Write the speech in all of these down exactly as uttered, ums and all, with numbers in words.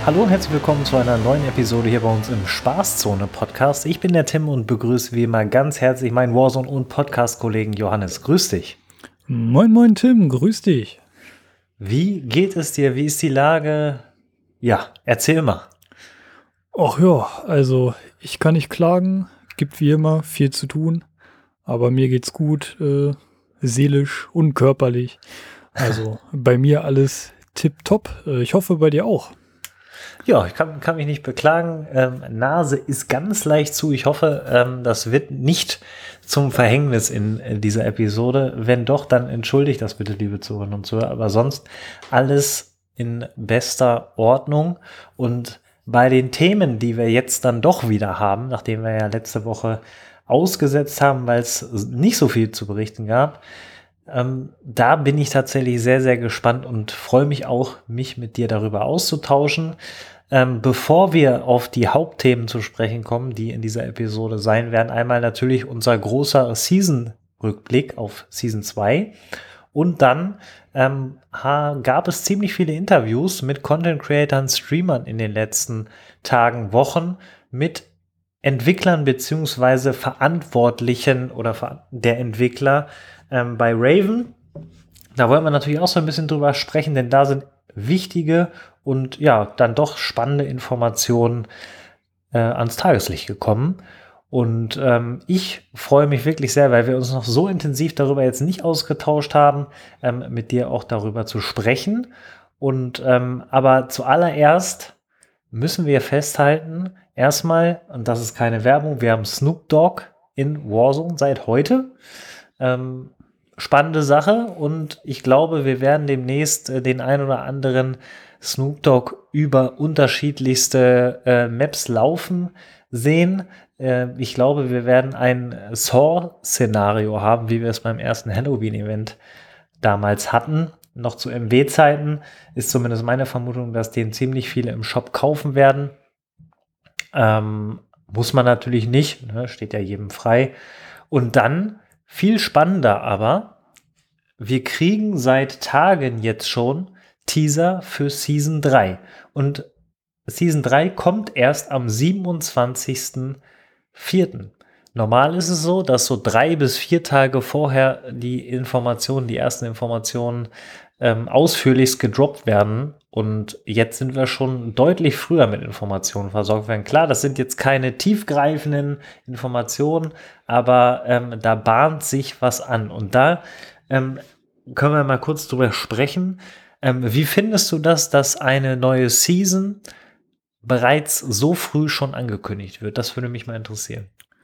Hallo und herzlich willkommen zu einer neuen Episode hier bei uns im Spaßzone-Podcast. Ich bin der Tim und begrüße wie immer ganz herzlich meinen Warzone- und Podcast-Kollegen Johannes. Grüß dich. Moin moin Tim, grüß dich. Wie geht es dir? Wie ist die Lage? Ja, erzähl mal. Ach ja, also ich kann nicht klagen, gibt wie immer viel zu tun, aber mir geht's gut, äh, seelisch und körperlich. Also bei mir alles tipptopp. Äh, ich hoffe bei dir auch. Ja, ich kann, kann mich nicht beklagen. Ähm, Nase ist ganz leicht zu. Ich hoffe, ähm, das wird nicht zum Verhängnis in, in dieser Episode. Wenn doch, dann entschuldigt das bitte, liebe Zuhörerinnen und Zuhörer. Aber sonst alles in bester Ordnung. Und bei den Themen, die wir jetzt dann doch wieder haben, nachdem wir ja letzte Woche ausgesetzt haben, weil es nicht so viel zu berichten gab, Ähm, da bin ich tatsächlich sehr, sehr gespannt und freue mich auch, mich mit dir darüber auszutauschen. Ähm, bevor wir auf die Hauptthemen zu sprechen kommen, die in dieser Episode sein werden, einmal natürlich unser großer Season-Rückblick auf Season zwei. Und dann ähm, ha, gab es ziemlich viele Interviews mit Content-Creatern, Streamern in den letzten Tagen, Wochen, mit Entwicklern beziehungsweise Verantwortlichen oder ver der Entwickler ähm, bei Raven. Da wollen wir natürlich auch so ein bisschen drüber sprechen, denn da sind wichtige und ja, dann doch spannende Informationen äh, ans Tageslicht gekommen. Und ähm, ich freue mich wirklich sehr, weil wir uns noch so intensiv darüber jetzt nicht ausgetauscht haben, ähm, mit dir auch darüber zu sprechen. Und ähm, aber zuallererst müssen wir festhalten, erstmal, und das ist keine Werbung, wir haben Snoop Dogg in Warzone seit heute. Ähm, spannende Sache und ich glaube, wir werden demnächst äh, den ein oder anderen Snoop Dogg über unterschiedlichste äh, Maps laufen sehen. Äh, ich glaube, wir werden ein Saw-Szenario haben, wie wir es beim ersten Halloween-Event damals hatten. Noch zu M W-Zeiten ist zumindest meine Vermutung, dass den ziemlich viele im Shop kaufen werden. Ähm, muss man natürlich nicht, ne? Steht ja jedem frei. Und dann viel spannender aber, wir kriegen seit Tagen jetzt schon Teaser für Season drei. Und Season drei kommt erst am siebenundzwanzigsten vierten Normal ist es so, dass so drei bis vier Tage vorher die Informationen, die ersten Informationen ähm, ausführlichst gedroppt werden. Und jetzt sind wir schon deutlich früher mit Informationen versorgt werden. Klar, das sind jetzt keine tiefgreifenden Informationen, aber ähm, da bahnt sich was an. Und da ähm, können wir mal kurz drüber sprechen. Ähm, wie findest du das, dass eine neue Season bereits so früh schon angekündigt wird? Das würde mich mal interessieren.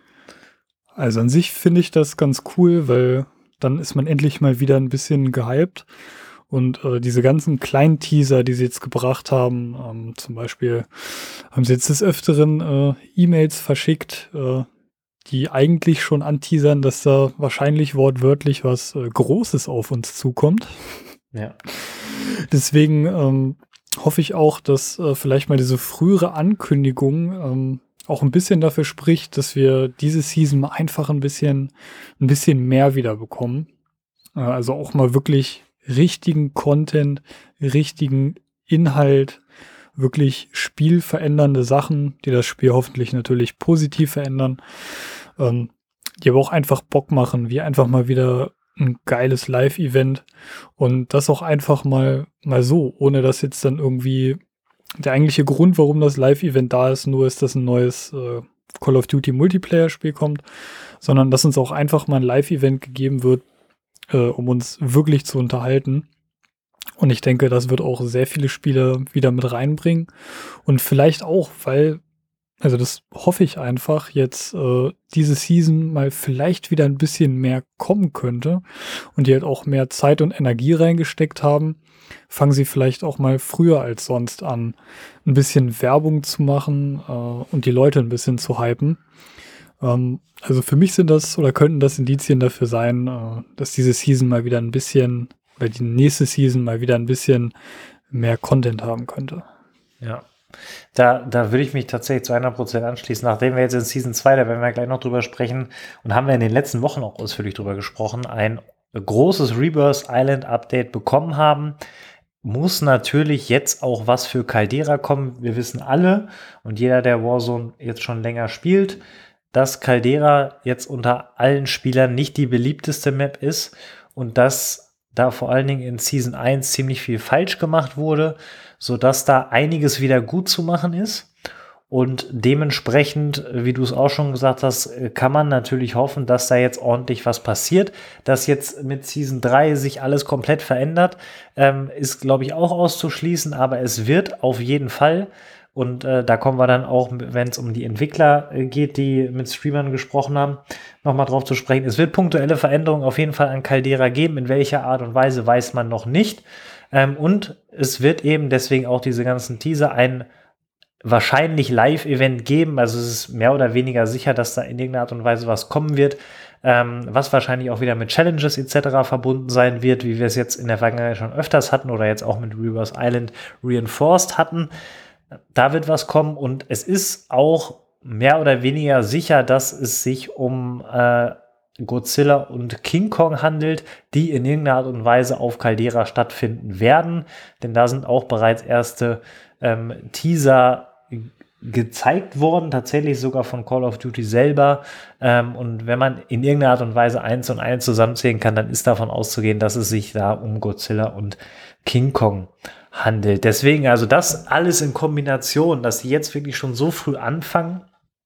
Also an sich finde ich das ganz cool, weil dann ist man endlich mal wieder ein bisschen gehypt. Und äh, diese ganzen kleinen Teaser, die sie jetzt gebracht haben, ähm, zum Beispiel haben sie jetzt des Öfteren äh, E-Mails verschickt, äh, die eigentlich schon anteasern, dass da wahrscheinlich wortwörtlich was äh, Großes auf uns zukommt. Ja. Deswegen ähm, hoffe ich auch, dass äh, vielleicht mal diese frühere Ankündigung ähm, auch ein bisschen dafür spricht, dass wir diese Season mal einfach ein bisschen, ein bisschen mehr wieder bekommen. Äh, also auch mal wirklich richtigen Content, richtigen Inhalt, wirklich spielverändernde Sachen, die das Spiel hoffentlich natürlich positiv verändern, ähm, die aber auch einfach Bock machen, wie einfach mal wieder ein geiles Live-Event und das auch einfach mal, mal so, ohne dass jetzt dann irgendwie der eigentliche Grund, warum das Live-Event da ist, nur ist, dass ein neues äh, Call of Duty Multiplayer-Spiel kommt, sondern dass uns auch einfach mal ein Live-Event gegeben wird, äh, um uns wirklich zu unterhalten. Und ich denke, das wird auch sehr viele Spiele wieder mit reinbringen. Und vielleicht auch, weil, also das hoffe ich einfach, jetzt äh, diese Season mal vielleicht wieder ein bisschen mehr kommen könnte und die halt auch mehr Zeit und Energie reingesteckt haben, fangen sie vielleicht auch mal früher als sonst an, ein bisschen Werbung zu machen äh, und die Leute ein bisschen zu hypen. Ähm, also für mich sind das oder könnten das Indizien dafür sein, äh, dass diese Season mal wieder ein bisschen, oder die nächste Season mal wieder ein bisschen mehr Content haben könnte. Ja. Da, da würde ich mich tatsächlich zu hundert Prozent anschließen. Nachdem wir jetzt in Season zwei, da werden wir gleich noch drüber sprechen und haben wir in den letzten Wochen auch ausführlich drüber gesprochen, ein großes Rebirth Island Update bekommen haben, muss natürlich jetzt auch was für Caldera kommen. Wir wissen alle und jeder, der Warzone jetzt schon länger spielt, dass Caldera jetzt unter allen Spielern nicht die beliebteste Map ist und dass da vor allen Dingen in Season eins ziemlich viel falsch gemacht wurde, sodass da einiges wieder gut zu machen ist. Und dementsprechend, wie du es auch schon gesagt hast, kann man natürlich hoffen, dass da jetzt ordentlich was passiert. Dass jetzt mit Season drei sich alles komplett verändert, ähm, ist, glaube ich, auch auszuschließen. Aber es wird auf jeden Fall, und äh, da kommen wir dann auch, wenn es um die Entwickler äh, geht, die mit Streamern gesprochen haben, nochmal drauf zu sprechen. Es wird punktuelle Veränderungen auf jeden Fall an Caldera geben. In welcher Art und Weise, weiß man noch nicht. Ähm, und es wird eben deswegen auch diese ganzen Teaser ein wahrscheinlich Live-Event geben, also es ist mehr oder weniger sicher, dass da in irgendeiner Art und Weise was kommen wird, ähm, was wahrscheinlich auch wieder mit Challenges et cetera verbunden sein wird, wie wir es jetzt in der Vergangenheit schon öfters hatten oder jetzt auch mit Reverse Island Reinforced hatten. Da wird was kommen und es ist auch mehr oder weniger sicher, dass es sich um äh, Godzilla und King Kong handelt, die in irgendeiner Art und Weise auf Caldera stattfinden werden, denn da sind auch bereits erste ähm, Teaser gezeigt worden, tatsächlich sogar von Call of Duty selber. Ähm, und wenn man in irgendeiner Art und Weise eins und eins zusammenzählen kann, dann ist davon auszugehen, dass es sich da um Godzilla und King Kong handelt. Deswegen also das alles in Kombination, dass sie jetzt wirklich schon so früh anfangen,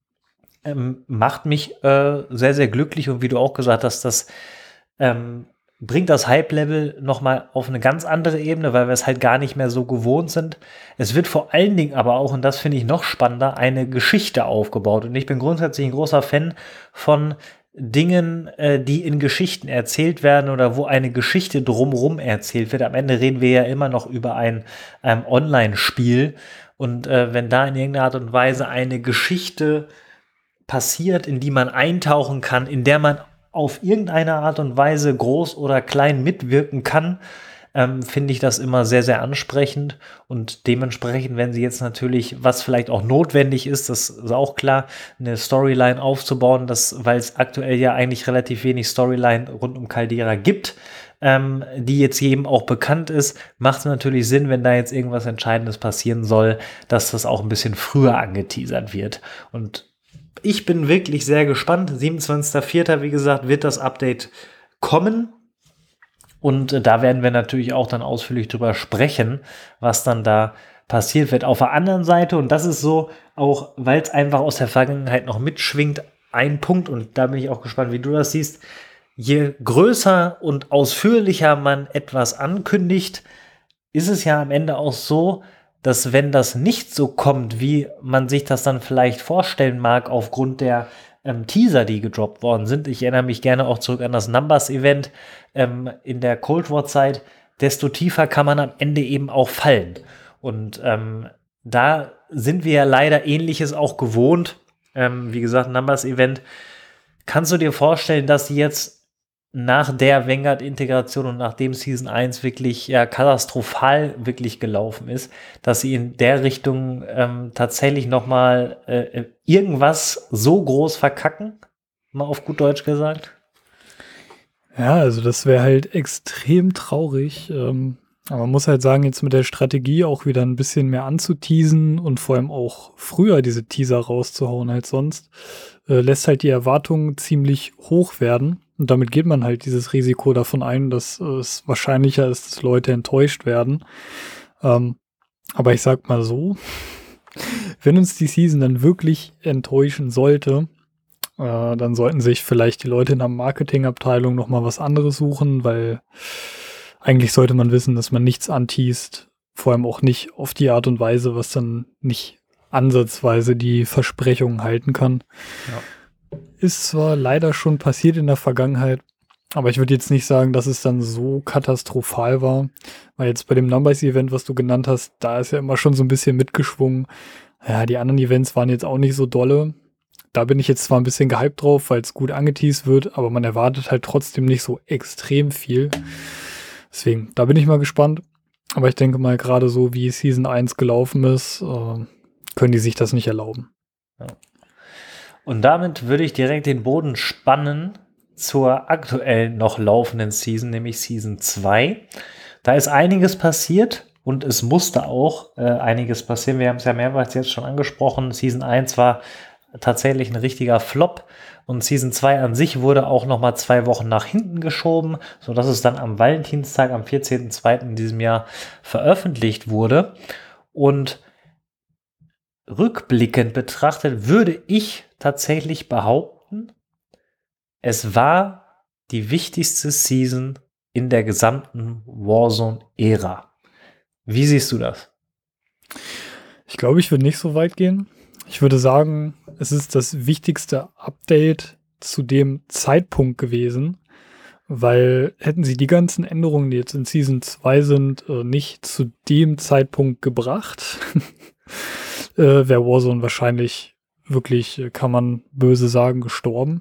ähm, macht mich äh, sehr, sehr glücklich. Und wie du auch gesagt hast, das ähm, bringt das Hype-Level nochmal auf eine ganz andere Ebene, weil wir es halt gar nicht mehr so gewohnt sind. Es wird vor allen Dingen aber auch, und das finde ich noch spannender, eine Geschichte aufgebaut. Und ich bin grundsätzlich ein großer Fan von Dingen, äh, die in Geschichten erzählt werden oder wo eine Geschichte drumherum erzählt wird. Am Ende reden wir ja immer noch über ein ähm, Online-Spiel. Und äh, wenn da in irgendeiner Art und Weise eine Geschichte passiert, in die man eintauchen kann, in der man auf irgendeine Art und Weise groß oder klein mitwirken kann, ähm, finde ich das immer sehr, sehr ansprechend. Und dementsprechend, wenn sie jetzt natürlich, was vielleicht auch notwendig ist, das ist auch klar, eine Storyline aufzubauen, das, weil es aktuell ja eigentlich relativ wenig Storyline rund um Caldera gibt, ähm, die jetzt jedem auch bekannt ist, macht es natürlich Sinn, wenn da jetzt irgendwas Entscheidendes passieren soll, dass das auch ein bisschen früher angeteasert wird. Und ich bin wirklich sehr gespannt. siebenundzwanzigster vierter wie gesagt, wird das Update kommen. Und äh, da werden wir natürlich auch dann ausführlich drüber sprechen, was dann da passiert wird. Auf der anderen Seite, und das ist so, auch weil es einfach aus der Vergangenheit noch mitschwingt, ein Punkt, und da bin ich auch gespannt, wie du das siehst, je größer und ausführlicher man etwas ankündigt, ist es ja am Ende auch so, dass wenn das nicht so kommt, wie man sich das dann vielleicht vorstellen mag, aufgrund der ähm, Teaser, die gedroppt worden sind, ich erinnere mich gerne auch zurück an das Numbers-Event ähm, in der Cold War-Zeit, desto tiefer kann man am Ende eben auch fallen. Und ähm, da sind wir ja leider Ähnliches auch gewohnt. Ähm, wie gesagt, Numbers-Event. Kannst du dir vorstellen, dass sie jetzt nach der Vanguard-Integration und nachdem Season eins wirklich ja, katastrophal wirklich gelaufen ist, dass sie in der Richtung ähm, tatsächlich nochmal äh, irgendwas so groß verkacken? Mal auf gut Deutsch gesagt. Ja, also das wäre halt extrem traurig. Ähm, aber man muss halt sagen, jetzt mit der Strategie auch wieder ein bisschen mehr anzuteasen und vor allem auch früher diese Teaser rauszuhauen als sonst, äh, lässt halt die Erwartungen ziemlich hoch werden. Und damit geht man halt dieses Risiko davon ein, dass es wahrscheinlicher ist, dass Leute enttäuscht werden. Ähm, aber ich sag mal so, wenn uns die Season dann wirklich enttäuschen sollte, äh, dann sollten sich vielleicht die Leute in der Marketingabteilung nochmal was anderes suchen, weil eigentlich sollte man wissen, dass man nichts anteast, vor allem auch nicht auf die Art und Weise, was dann nicht ansatzweise die Versprechungen halten kann. Ja. Ist zwar leider schon passiert in der Vergangenheit, aber ich würde jetzt nicht sagen, dass es dann so katastrophal war, weil jetzt bei dem Numbers-Event, was du genannt hast, da ist ja immer schon so ein bisschen mitgeschwungen. Ja, die anderen Events waren jetzt auch nicht so dolle. Da bin ich jetzt zwar ein bisschen gehypt drauf, weil es gut angeteased wird, aber man erwartet halt trotzdem nicht so extrem viel. Deswegen, da bin ich mal gespannt. Aber ich denke mal, gerade so wie Season eins gelaufen ist, äh, können die sich das nicht erlauben. Ja. Und damit würde ich direkt den Boden spannen zur aktuell noch laufenden Season, nämlich Season zwei. Da ist einiges passiert. und es musste auch äh, einiges passieren. Wir haben es ja mehrmals jetzt schon angesprochen. Season eins war tatsächlich ein richtiger Flop und Season zwei an sich wurde auch nochmal zwei Wochen nach hinten geschoben, sodass es dann am Valentinstag, am vierzehnten zweiten in diesem Jahr veröffentlicht wurde. Und rückblickend betrachtet würde ich tatsächlich behaupten, es war die wichtigste Season in der gesamten Warzone-Ära. Wie siehst du das? Ich glaube, ich würde nicht so weit gehen. Ich würde sagen, es ist das wichtigste Update zu dem Zeitpunkt gewesen, weil hätten sie die ganzen Änderungen, die jetzt in Season zwei sind, nicht zu dem Zeitpunkt gebracht, wäre Warzone wahrscheinlich wirklich, kann man böse sagen, gestorben.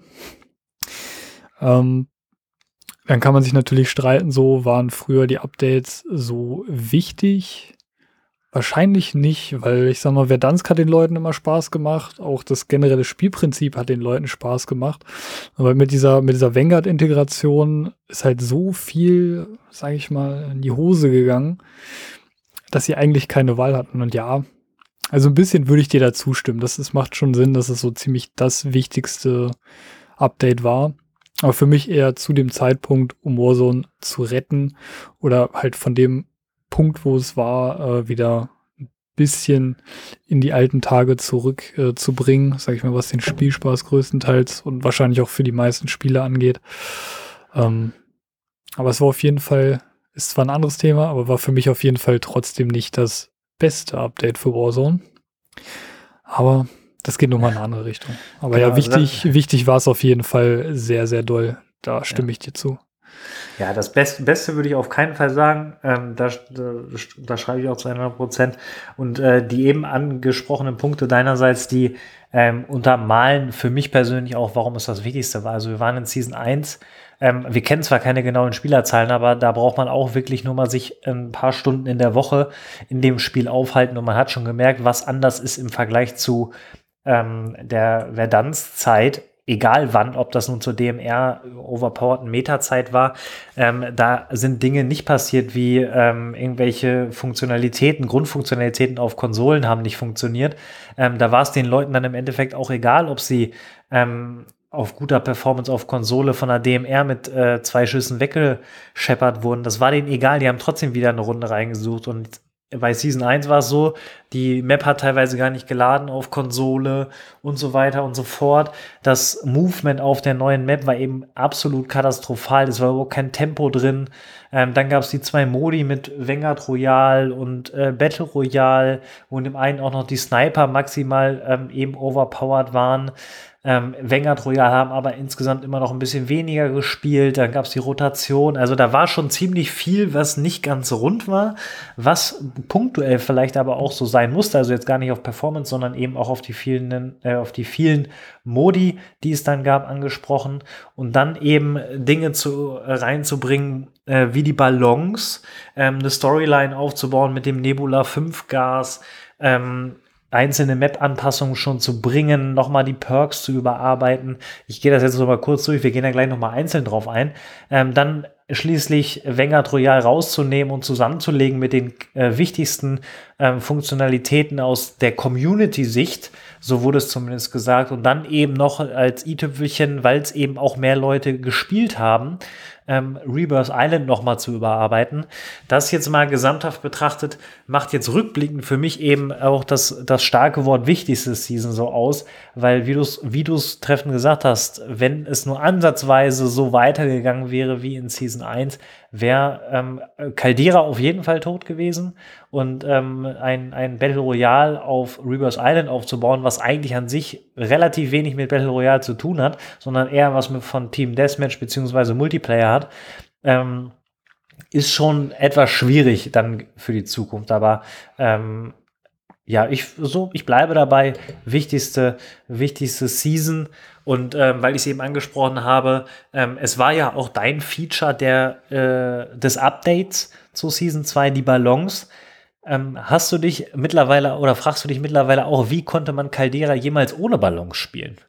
Ähm, dann kann man sich natürlich streiten, so waren früher die Updates so wichtig. Wahrscheinlich nicht, weil ich sag mal, Verdansk hat den Leuten immer Spaß gemacht, auch das generelle Spielprinzip hat den Leuten Spaß gemacht. Aber mit dieser, mit dieser Vanguard-Integration ist halt so viel, sag ich mal, in die Hose gegangen, dass sie eigentlich keine Wahl hatten. Und ja, also ein bisschen würde ich dir da zustimmen. Das ist, macht schon Sinn, dass es so ziemlich das wichtigste Update war. Aber für mich eher zu dem Zeitpunkt, um Warzone zu retten oder halt von dem Punkt, wo es war, äh, wieder ein bisschen in die alten Tage zurück äh, zu bringen, sag ich mal, was den Spielspaß größtenteils und wahrscheinlich auch für die meisten Spieler angeht. Ähm, aber es war auf jeden Fall, ist zwar ein anderes Thema, aber war für mich auf jeden Fall trotzdem nicht das beste Update für Warzone. Aber das geht nochmal in eine andere Richtung. Aber genau, ja, wichtig, also wichtig war es auf jeden Fall sehr, sehr doll. Da stimme ja. ich dir zu. Ja, das Beste, Beste würde ich auf keinen Fall sagen. Ähm, da, da, da schreibe ich auch zu hundert Prozent. Und äh, die eben angesprochenen Punkte deinerseits, die ähm, untermalen für mich persönlich auch, warum es das Wichtigste war. Also wir waren in Season eins. Ähm, wir kennen zwar keine genauen Spielerzahlen, aber da braucht man auch wirklich nur mal sich ein paar Stunden in der Woche in dem Spiel aufhalten. Und man hat schon gemerkt, was anders ist im Vergleich zu ähm, der Verdansk-Zeit. Egal wann, ob das nun zur D M R overpowerten Meta-Zeit war, ähm, da sind Dinge nicht passiert, wie ähm, irgendwelche Funktionalitäten, Grundfunktionalitäten auf Konsolen haben nicht funktioniert. Ähm, da war es den Leuten dann im Endeffekt auch egal, ob sie ähm, auf guter Performance auf Konsole von der D M R mit äh, zwei Schüssen weggescheppert wurden. Das war denen egal, die haben trotzdem wieder eine Runde reingesucht. Und bei Season eins war es so, die Map hat teilweise gar nicht geladen auf Konsole und so weiter und so fort. Das Movement auf der neuen Map war eben absolut katastrophal. Es war überhaupt kein Tempo drin. Ähm, dann gab es die zwei Modi mit Vanguard Royale und äh, Battle Royale, wo in dem einen auch noch die Sniper maximal ähm, eben overpowered waren. Ähm, Vanguard Royale haben aber insgesamt immer noch ein bisschen weniger gespielt. Dann gab es die Rotation. Also da war schon ziemlich viel, was nicht ganz rund war, was punktuell vielleicht aber auch so sein musste. Also jetzt gar nicht auf Performance, sondern eben auch auf die vielen, äh, auf die vielen Modi, die es dann gab, angesprochen. Und dann eben Dinge zu, äh, reinzubringen, äh, wie die Ballons, ähm, eine Storyline aufzubauen mit dem Nebula fünf Gas, ähm, einzelne Map-Anpassungen schon zu bringen, nochmal die Perks zu überarbeiten. Ich gehe das jetzt nochmal kurz durch, wir gehen da gleich nochmal einzeln drauf ein. Ähm, dann schließlich Vanguard Royale rauszunehmen und zusammenzulegen mit den äh, wichtigsten ähm, Funktionalitäten aus der Community-Sicht, so wurde es zumindest gesagt, und dann eben noch als i-Tüpfelchen, weil es eben auch mehr Leute gespielt haben, ähm, Rebirth Island nochmal zu überarbeiten. Das jetzt mal gesamthaft betrachtet, macht jetzt rückblickend für mich eben auch das, das starke Wort wichtigste Season so aus, weil wie du es wie du's treffend gesagt hast, wenn es nur ansatzweise so weitergegangen wäre wie in Season eins, wäre ähm, Caldera auf jeden Fall tot gewesen und ähm, ein, ein Battle Royale auf Rebirth Island aufzubauen, was eigentlich an sich relativ wenig mit Battle Royale zu tun hat, sondern eher was mit von Team Deathmatch beziehungsweise Multiplayer hat, ähm, ist schon etwas schwierig dann für die Zukunft, aber ähm, ja, ich so, ich bleibe dabei, wichtigste, wichtigste Season. Und ähm, weil ich es eben angesprochen habe, ähm, es war ja auch dein Feature der, äh, des Updates zu Season zwei, die Ballons. Ähm, hast du dich mittlerweile oder fragst du dich mittlerweile auch, wie konnte man Caldera jemals ohne Ballons spielen?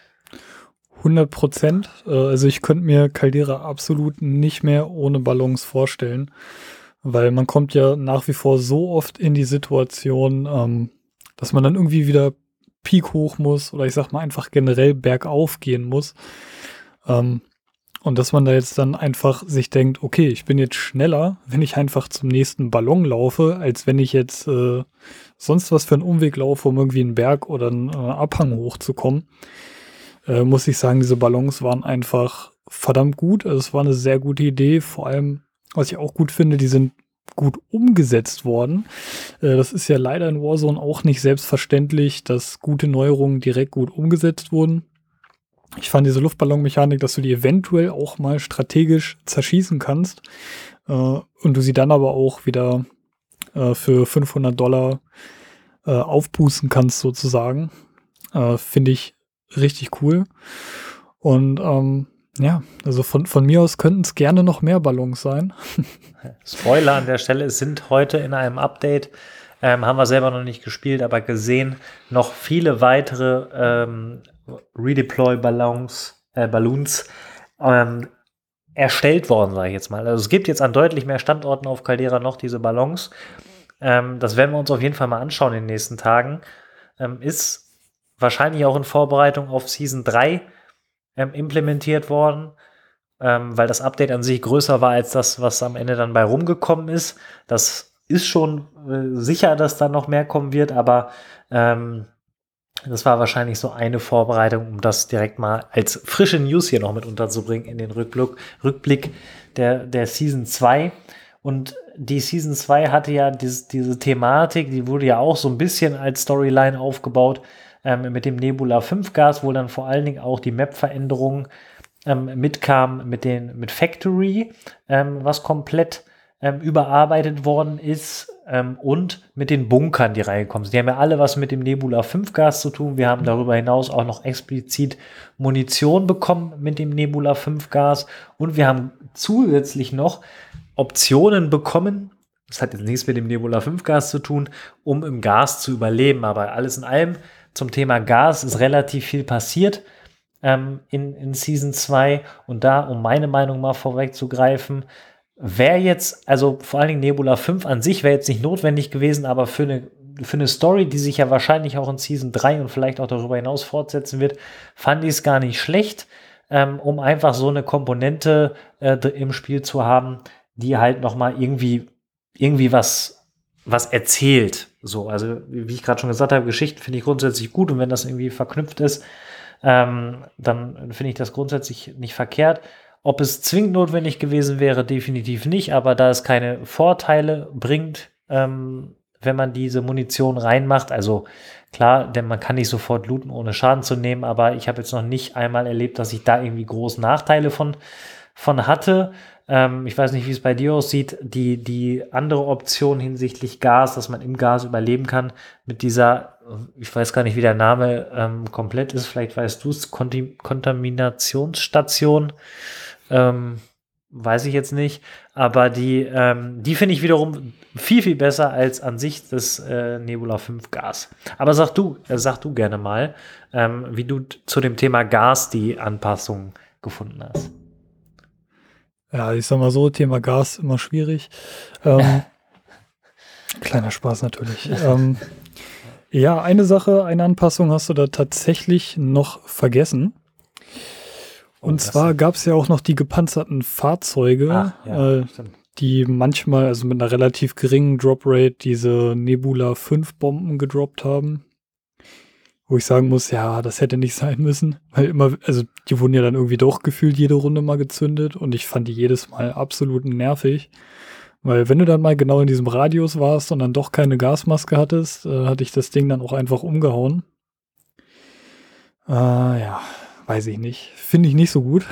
hundert Prozent. Also ich könnte mir Caldera absolut nicht mehr ohne Ballons vorstellen. weil man kommt ja nach wie vor so oft in die Situation, ähm, dass man dann irgendwie wieder Peak hoch muss oder ich sag mal einfach generell bergauf gehen muss. Ähm, und dass man da jetzt dann einfach sich denkt, okay, ich bin jetzt schneller, wenn ich einfach zum nächsten Ballon laufe, als wenn ich jetzt äh, sonst was für einen Umweg laufe, um irgendwie einen Berg oder einen äh, Abhang hochzukommen. Äh, muss ich sagen, diese Ballons waren einfach verdammt gut. Also es war eine sehr gute Idee. Vor allem, was ich auch gut finde, die sind gut umgesetzt worden. Äh, das ist ja leider in Warzone auch nicht selbstverständlich, dass gute Neuerungen direkt gut umgesetzt wurden. Ich fand diese Luftballonmechanik, dass du die eventuell auch mal strategisch zerschießen kannst äh, und du sie dann aber auch wieder äh, für fünfhundert Dollar äh, aufpusten kannst sozusagen. Äh, finde ich richtig cool. Und ähm, ja, also von, von mir aus könnten es gerne noch mehr Ballons sein. Spoiler an der Stelle, es sind heute in einem Update, ähm, haben wir selber noch nicht gespielt, aber gesehen, noch viele weitere ähm, Redeploy-Ballons, äh, Balloons ähm, erstellt worden, sage ich jetzt mal. Also es gibt jetzt an deutlich mehr Standorten auf Caldera noch diese Ballons. Ähm, das werden wir uns auf jeden Fall mal anschauen in den nächsten Tagen. Ähm, ist wahrscheinlich auch in Vorbereitung auf Season drei ähm, implementiert worden, ähm, weil das Update an sich größer war als das, was am Ende dann bei rumgekommen ist. Das ist schon äh, sicher, dass da noch mehr kommen wird, aber ähm, das war wahrscheinlich so eine Vorbereitung, um das direkt mal als frische News hier noch mit unterzubringen in den Rückblick, Rückblick der, der Season zwei. Und die Season zwei hatte ja diese, diese Thematik, die wurde ja auch so ein bisschen als Storyline aufgebaut, ähm, mit dem Nebula fünf Gas, wo dann vor allen Dingen auch die Map-Veränderungen ähm, mitkam mit, den, mit Factory, ähm, was komplett ähm, überarbeitet worden ist, ähm, und mit den Bunkern, die reingekommen sind. Die haben ja alle was mit dem Nebula fünf Gas zu tun. Wir haben darüber hinaus auch noch explizit Munition bekommen mit dem Nebula fünf Gas und wir haben zusätzlich noch Optionen bekommen, das hat jetzt nichts mit dem Nebula fünf Gas zu tun, um im Gas zu überleben. Aber alles in allem zum Thema Gas ist relativ viel passiert ähm, in, in Season zwei. Und da, um meine Meinung mal vorwegzugreifen, wäre jetzt, also vor allen Dingen Nebula fünf an sich wäre jetzt nicht notwendig gewesen, aber für eine, für eine Story, die sich ja wahrscheinlich auch in Season drei und vielleicht auch darüber hinaus fortsetzen wird, fand ich es gar nicht schlecht, ähm, um einfach so eine Komponente äh, im Spiel zu haben, die halt noch mal irgendwie, irgendwie was, was erzählt. So, also wie ich gerade schon gesagt habe, Geschichten finde ich grundsätzlich gut und wenn das irgendwie verknüpft ist, ähm, dann finde ich das grundsätzlich nicht verkehrt. Ob es zwingend notwendig gewesen wäre, definitiv nicht, aber da es keine Vorteile bringt, ähm, wenn man diese Munition reinmacht, also klar, denn man kann nicht sofort looten, ohne Schaden zu nehmen, aber ich habe jetzt noch nicht einmal erlebt, dass ich da irgendwie große Nachteile von, von hatte. Ähm, ich weiß nicht, wie es bei dir aussieht, die, die andere Option hinsichtlich Gas, dass man im Gas überleben kann, mit dieser, ich weiß gar nicht, wie der Name ähm, komplett ist, vielleicht weißt du es, Konti- Kontaminationsstation, ähm, weiß ich jetzt nicht, aber die, ähm, die finde ich wiederum viel, viel besser als an sich das äh, Nebula fünf Gas. Aber sag du, äh, sag du gerne mal, ähm, wie du t- zu dem Thema Gas die Anpassung gefunden hast. Ja, ich sag mal so, Thema Gas immer schwierig. Ähm, kleiner Spaß natürlich. ähm, ja, eine Sache, eine Anpassung hast du da tatsächlich noch vergessen. Und Oh, zwar gab es ja auch noch die gepanzerten Fahrzeuge, Ach, ja, äh, die manchmal, also mit einer relativ geringen Droprate, diese Nebula fünf Bomben gedroppt haben. Wo ich sagen muss, ja, das hätte nicht sein müssen, weil immer, also die wurden ja dann irgendwie doch gefühlt jede Runde mal gezündet und ich fand die jedes Mal absolut nervig, weil wenn du dann mal genau in diesem Radius warst und dann doch keine Gasmaske hattest, äh, hatte ich das Ding dann auch einfach umgehauen. Äh, ja, weiß ich nicht. Finde ich nicht so gut.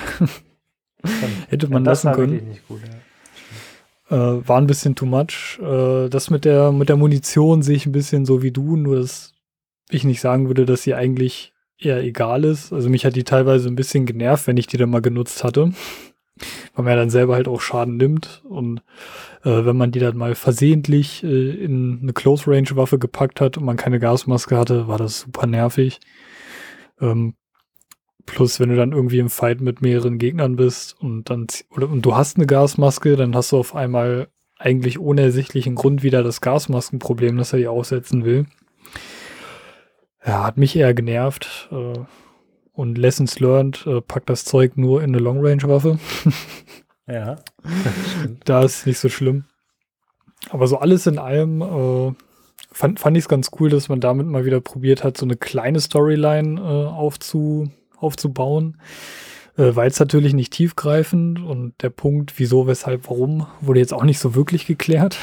Hätte man ja, das lassen war können. wirklich nicht gut, ja. Äh, war ein bisschen too much. Äh, das mit der, mit der Munition sehe ich ein bisschen so wie du, nur dass ich nicht sagen würde, dass sie eigentlich eher egal ist. Also mich hat die teilweise ein bisschen genervt, wenn ich die dann mal genutzt hatte. Weil man ja dann selber halt auch Schaden nimmt. Und äh, wenn man die dann mal versehentlich äh, in eine Close-Range-Waffe gepackt hat und man keine Gasmaske hatte, war das super nervig. Ähm, plus, wenn du dann irgendwie im Fight mit mehreren Gegnern bist und dann oder und du hast eine Gasmaske, dann hast du auf einmal eigentlich ohne ersichtlichen Grund wieder das Gasmaskenproblem, das er hier aussetzen will. Ja, hat mich eher genervt. Äh, und Lessons learned, äh, packt das Zeug nur in eine Long-Range-Waffe. Ja. Da ist es nicht so schlimm. Aber so alles in allem äh, fand, fand ich es ganz cool, dass man damit mal wieder probiert hat, so eine kleine Storyline äh, aufzu, aufzubauen. Äh, war jetzt natürlich nicht tiefgreifend und der Punkt, wieso, weshalb, warum, wurde jetzt auch nicht so wirklich geklärt.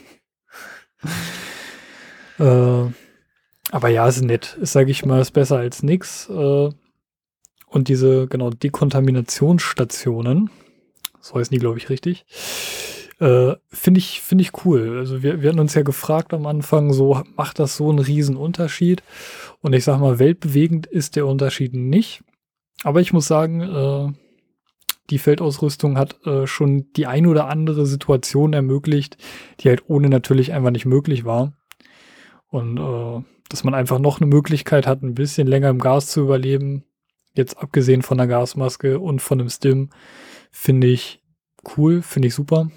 äh, aber ja, ist nett. Ist, sage ich mal, ist besser als nix. Äh, und diese, genau, Dekontaminationsstationen, so heißen die, glaube ich, richtig, äh, finde ich, finde ich cool. Also wir, wir hatten uns ja gefragt am Anfang, so macht das so einen riesen Unterschied? Und ich sage mal, weltbewegend ist der Unterschied nicht. Aber ich muss sagen, äh, die Feldausrüstung hat äh, schon die ein oder andere Situation ermöglicht, die halt ohne natürlich einfach nicht möglich war. Und äh, dass man einfach noch eine Möglichkeit hat, ein bisschen länger im Gas zu überleben, jetzt abgesehen von der Gasmaske und von dem Stim, finde ich cool, finde ich super.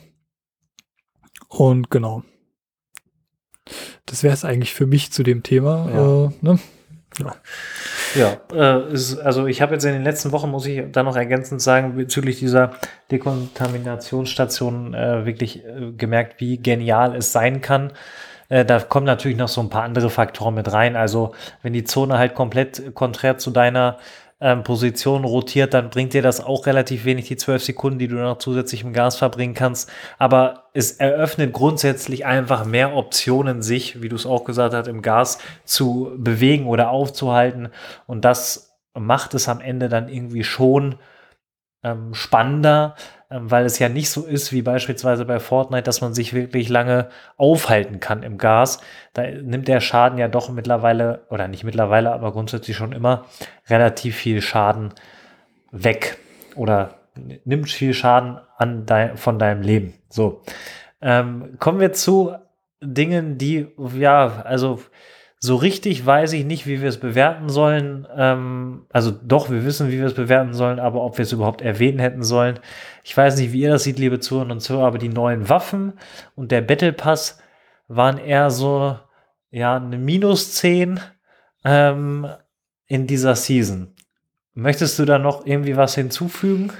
Und genau. Das wäre es eigentlich für mich zu dem Thema. Ja. Äh, ne? Ja. Ja, äh, ist, also ich habe jetzt in den letzten Wochen, muss ich da noch ergänzend sagen, bezüglich dieser Dekontaminationsstation äh, wirklich äh, gemerkt, wie genial es sein kann. Äh, da kommen natürlich noch so ein paar andere Faktoren mit rein. Also wenn die Zone halt komplett konträr zu deiner ähm, Position rotiert, dann bringt dir das auch relativ wenig, die zwölf Sekunden, die du noch zusätzlich im Gas verbringen kannst. Aber es eröffnet grundsätzlich einfach mehr Optionen, sich, wie du es auch gesagt hast, im Gas zu bewegen oder aufzuhalten. Und das macht es am Ende dann irgendwie schon ähm, spannender, ähm, weil es ja nicht so ist wie beispielsweise bei Fortnite, dass man sich wirklich lange aufhalten kann im Gas. Da nimmt der Schaden ja doch mittlerweile, oder nicht mittlerweile, aber grundsätzlich schon immer relativ viel Schaden weg oder nimmt viel Schaden an dein, von deinem Leben. So, ähm, kommen wir zu Dingen, die, ja, also so richtig weiß ich nicht, wie wir es bewerten sollen. Ähm, also doch, wir wissen, wie wir es bewerten sollen, aber ob wir es überhaupt erwähnen hätten sollen. Ich weiß nicht, wie ihr das seht, liebe Zuhörerinnen und Zuhörer, aber die neuen Waffen und der Battle Pass waren eher so, ja, eine minus zehn ähm, in dieser Season. Möchtest du da noch irgendwie was hinzufügen?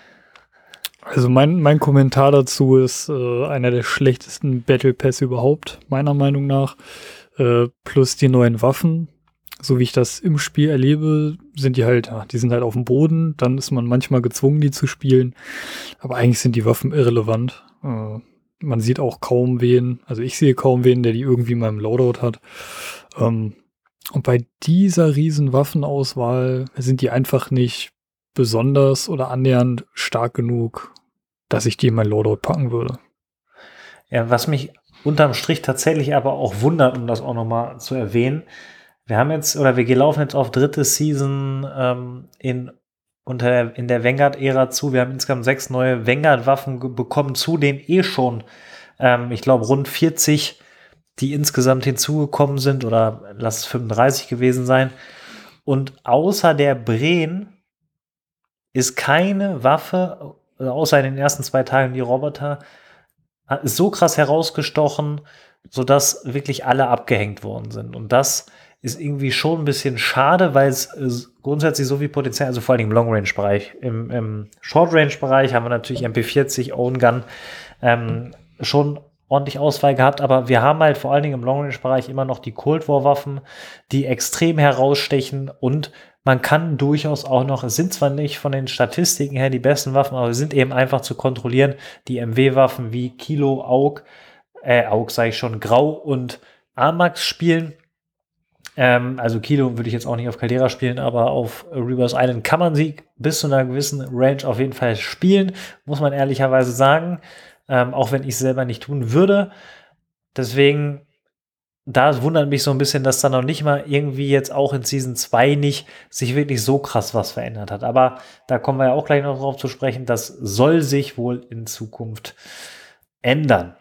Also mein, mein Kommentar dazu ist äh, einer der schlechtesten Battle Pass überhaupt, meiner Meinung nach. Äh, plus die neuen Waffen, so wie ich das im Spiel erlebe, sind die halt, ja, die sind halt auf dem Boden, dann ist man manchmal gezwungen, die zu spielen, aber eigentlich sind die Waffen irrelevant. Äh, man sieht auch kaum wen, also ich sehe kaum wen, der die irgendwie mal im Loadout hat. Ähm, und bei dieser riesen Waffenauswahl sind die einfach nicht besonders oder annähernd stark genug, dass ich die in mein Loadout packen würde. Ja, was mich unterm Strich tatsächlich aber auch wundert, um das auch nochmal zu erwähnen. Wir haben jetzt, oder wir laufen jetzt auf dritte Season ähm, in, unter, in der Vanguard-Ära zu. Wir haben insgesamt sechs neue Vanguard-Waffen ge- bekommen, zu den eh schon, ähm, ich glaube, rund vierzig, die insgesamt hinzugekommen sind, oder lass es fünfunddreißig gewesen sein. Und außer der Bren ist keine Waffe, also außer in den ersten zwei Tagen die Roboter, ist so krass herausgestochen, sodass wirklich alle abgehängt worden sind. Und das ist irgendwie schon ein bisschen schade, weil es äh, grundsätzlich so viel Potenzial, also vor allem im Long-Range-Bereich. Im, im Short-Range-Bereich haben wir natürlich M P vierzig, Own Gun, ähm, schon ordentlich Auswahl gehabt, aber wir haben halt vor allen Dingen im Long-Range-Bereich immer noch die Cold War-Waffen, die extrem herausstechen, und man kann durchaus auch noch, es sind zwar nicht von den Statistiken her die besten Waffen, aber sie sind eben einfach zu kontrollieren, die M W-Waffen wie Kilo, Aug, äh, Aug sage ich schon, Grau und Amax spielen. Ähm, also Kilo würde ich jetzt auch nicht auf Caldera spielen, aber auf Reverse Island kann man sie bis zu einer gewissen Range auf jeden Fall spielen, muss man ehrlicherweise sagen, ähm, auch wenn ich es selber nicht tun würde. Deswegen, da wundert mich so ein bisschen, dass da noch nicht mal irgendwie jetzt auch in Season zwei nicht sich wirklich so krass was verändert hat. Aber da kommen wir ja auch gleich noch drauf zu sprechen. Das soll sich wohl in Zukunft ändern.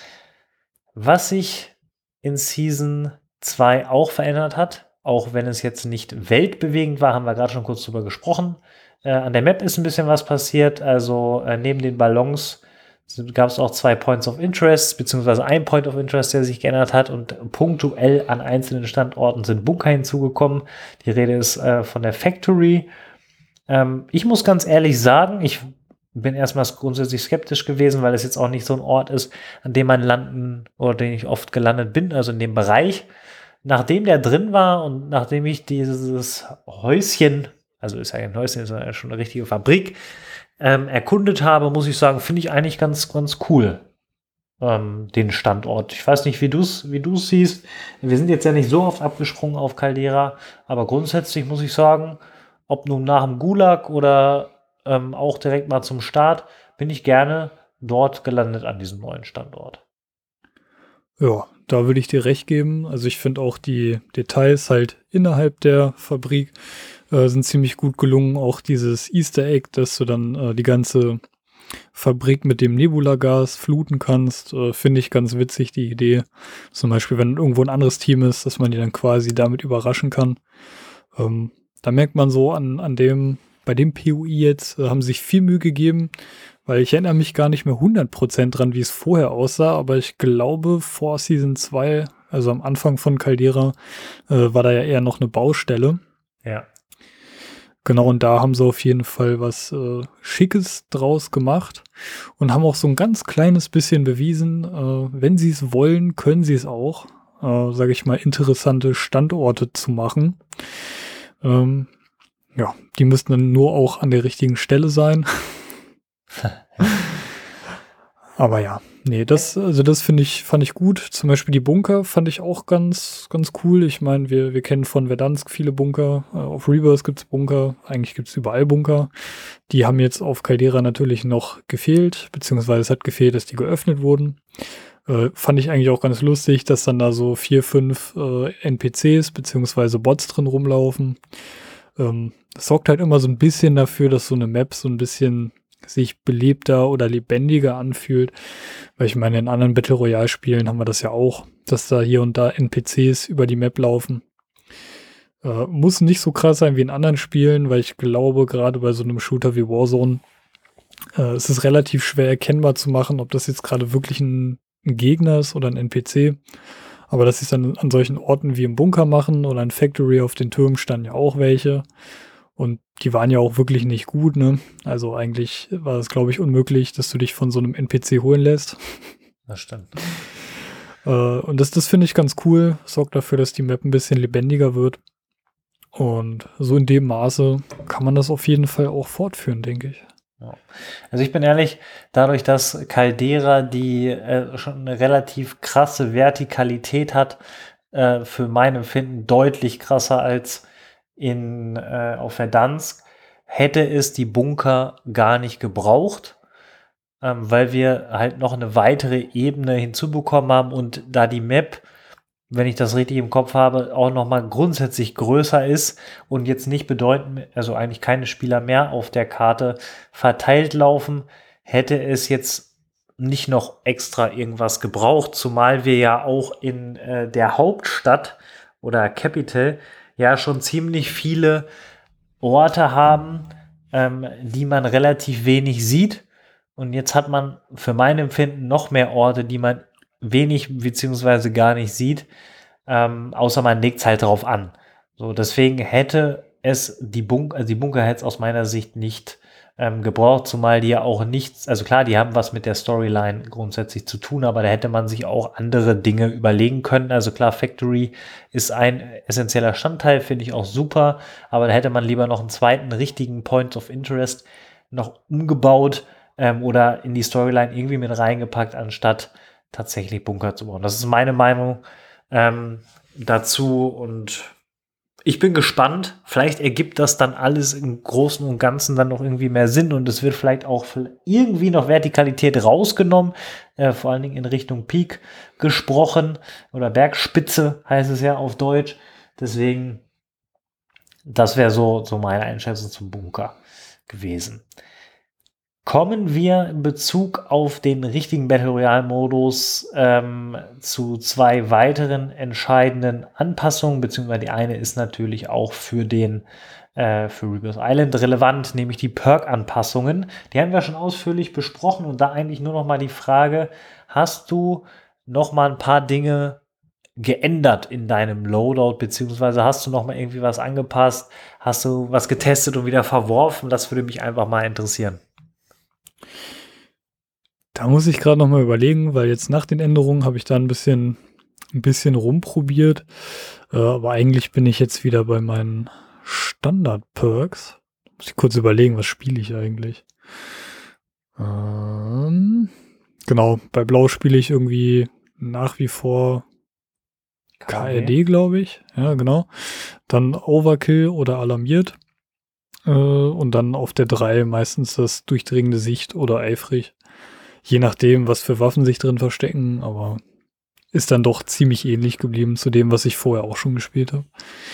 Was sich in Season zwei auch verändert hat, auch wenn es jetzt nicht weltbewegend war, haben wir gerade schon kurz drüber gesprochen. Äh, an der Map ist ein bisschen was passiert. Also äh, neben den Ballons gab es auch zwei Points of Interest, beziehungsweise ein Point of Interest, der sich geändert hat, und punktuell an einzelnen Standorten sind Bunker hinzugekommen. Die Rede ist äh, von der Factory. Ähm, ich muss ganz ehrlich sagen, ich bin erstmal grundsätzlich skeptisch gewesen, weil es jetzt auch nicht so ein Ort ist, an dem man landen oder den ich oft gelandet bin, also in dem Bereich. Nachdem der drin war und nachdem ich dieses Häuschen, also ist ja ein Häuschen, ist ja schon eine richtige Fabrik, ähm, erkundet habe, muss ich sagen, finde ich eigentlich ganz, ganz cool, ähm, den Standort. Ich weiß nicht, wie du es wie du's siehst. Wir sind jetzt ja nicht so oft abgesprungen auf Caldera, aber grundsätzlich muss ich sagen, ob nun nach dem Gulag oder ähm, auch direkt mal zum Start, bin ich gerne dort gelandet an diesem neuen Standort. Ja, da würde ich dir recht geben. Also ich finde auch die Details halt innerhalb der Fabrik äh, sind ziemlich gut gelungen. Auch dieses Easter Egg, dass du dann äh, die ganze Fabrik mit dem Nebula-Gas fluten kannst, äh, finde ich ganz witzig, die Idee. Zum Beispiel, wenn irgendwo ein anderes Team ist, dass man die dann quasi damit überraschen kann. Ähm, da merkt man so an, an dem, bei dem P O I jetzt, äh, haben sie sich viel Mühe gegeben, weil ich erinnere mich gar nicht mehr hundert Prozent dran, wie es vorher aussah, aber ich glaube, vor Season zwei, also am Anfang von Caldera, äh, war da ja eher noch eine Baustelle. Ja. Genau, und da haben sie auf jeden Fall was äh, Schickes draus gemacht und haben auch so ein ganz kleines bisschen bewiesen, äh, wenn sie es wollen, können sie es auch, äh, sage ich mal, interessante Standorte zu machen. Ähm, ja, die müssten dann nur auch an der richtigen Stelle sein. Aber ja, nee, das, also das finde ich, fand ich gut. Zum Beispiel die Bunker fand ich auch ganz, ganz cool. Ich meine, wir, wir kennen von Verdansk viele Bunker. Äh, auf Reverse gibt's Bunker. Eigentlich gibt's überall Bunker. Die haben jetzt auf Caldera natürlich noch gefehlt, beziehungsweise es hat gefehlt, dass die geöffnet wurden. Äh, fand ich eigentlich auch ganz lustig, dass dann da so vier, fünf äh, N P Cs beziehungsweise Bots drin rumlaufen. Ähm, das sorgt halt immer so ein bisschen dafür, dass so eine Map so ein bisschen sich belebter oder lebendiger anfühlt. Weil ich meine, in anderen Battle Royale Spielen haben wir das ja auch, dass da hier und da N P Cs über die Map laufen. Äh, muss nicht so krass sein wie in anderen Spielen, weil ich glaube, gerade bei so einem Shooter wie Warzone äh, ist es relativ schwer erkennbar zu machen, ob das jetzt gerade wirklich ein, ein Gegner ist oder ein N P C. Aber dass sie es dann an solchen Orten wie im Bunker machen oder in Factory auf den Türmen standen ja auch welche. Und die waren ja auch wirklich nicht gut, ne? Also eigentlich war es, glaube ich, unmöglich, dass du dich von so einem N P C holen lässt. Das stimmt. äh, und das, das finde ich ganz cool. Sorgt dafür, dass die Map ein bisschen lebendiger wird. Und so in dem Maße kann man das auf jeden Fall auch fortführen, denke ich. Ja. Also ich bin ehrlich, dadurch, dass Caldera die äh, schon eine relativ krasse Vertikalität hat, äh, für mein Empfinden deutlich krasser als in äh, auf Verdansk, hätte es die Bunker gar nicht gebraucht, ähm, weil wir halt noch eine weitere Ebene hinzubekommen haben und da die Map, wenn ich das richtig im Kopf habe, auch nochmal grundsätzlich größer ist und jetzt nicht bedeutend, also eigentlich keine Spieler mehr auf der Karte verteilt laufen, hätte es jetzt nicht noch extra irgendwas gebraucht, zumal wir ja auch in äh, der Hauptstadt oder Capital ja schon ziemlich viele Orte haben, ähm, die man relativ wenig sieht. Und jetzt hat man für mein Empfinden noch mehr Orte, die man wenig beziehungsweise gar nicht sieht, ähm, außer man legt es halt drauf an. So, deswegen hätte es die Bunker, also die Bunker hätte es aus meiner Sicht nicht ähm, gebraucht, zumal die ja auch nichts, also klar, die haben was mit der Storyline grundsätzlich zu tun, aber da hätte man sich auch andere Dinge überlegen können. Also klar, Factory ist ein essentieller Bestandteil, finde ich auch super, aber da hätte man lieber noch einen zweiten richtigen Point of Interest noch umgebaut ähm, oder in die Storyline irgendwie mit reingepackt, anstatt tatsächlich Bunker zu bauen. Das ist meine Meinung ähm, dazu und ich bin gespannt. Vielleicht ergibt das dann alles im Großen und Ganzen dann noch irgendwie mehr Sinn und es wird vielleicht auch irgendwie noch Vertikalität rausgenommen, äh, vor allen Dingen in Richtung Peak gesprochen oder Bergspitze heißt es ja auf Deutsch. Deswegen, das wäre so, so meine Einschätzung zum Bunker gewesen. Kommen wir in Bezug auf den richtigen Battle Royale-Modus ähm, zu zwei weiteren entscheidenden Anpassungen, beziehungsweise die eine ist natürlich auch für den äh, für Rebirth Island relevant, nämlich die Perk-Anpassungen. Die haben wir schon ausführlich besprochen und da eigentlich nur noch mal die Frage, hast du noch mal ein paar Dinge geändert in deinem Loadout, beziehungsweise hast du noch mal irgendwie was angepasst, hast du was getestet und wieder verworfen? Das würde mich einfach mal interessieren. Da muss ich gerade noch mal überlegen, weil jetzt nach den Änderungen habe ich da ein bisschen, ein bisschen rumprobiert, äh, aber eigentlich bin ich jetzt wieder bei meinen Standard-Perks. Muss ich kurz überlegen, was spiele ich eigentlich? Ähm, genau, bei Blau spiele ich irgendwie nach wie vor K R D, glaube ich. Ja, genau. Dann Overkill oder Alarmiert. Äh, und dann auf der drei meistens das durchdringende Sicht oder eifrig. Je nachdem, was für Waffen sich drin verstecken, aber ist dann doch ziemlich ähnlich geblieben zu dem, was ich vorher auch schon gespielt habe.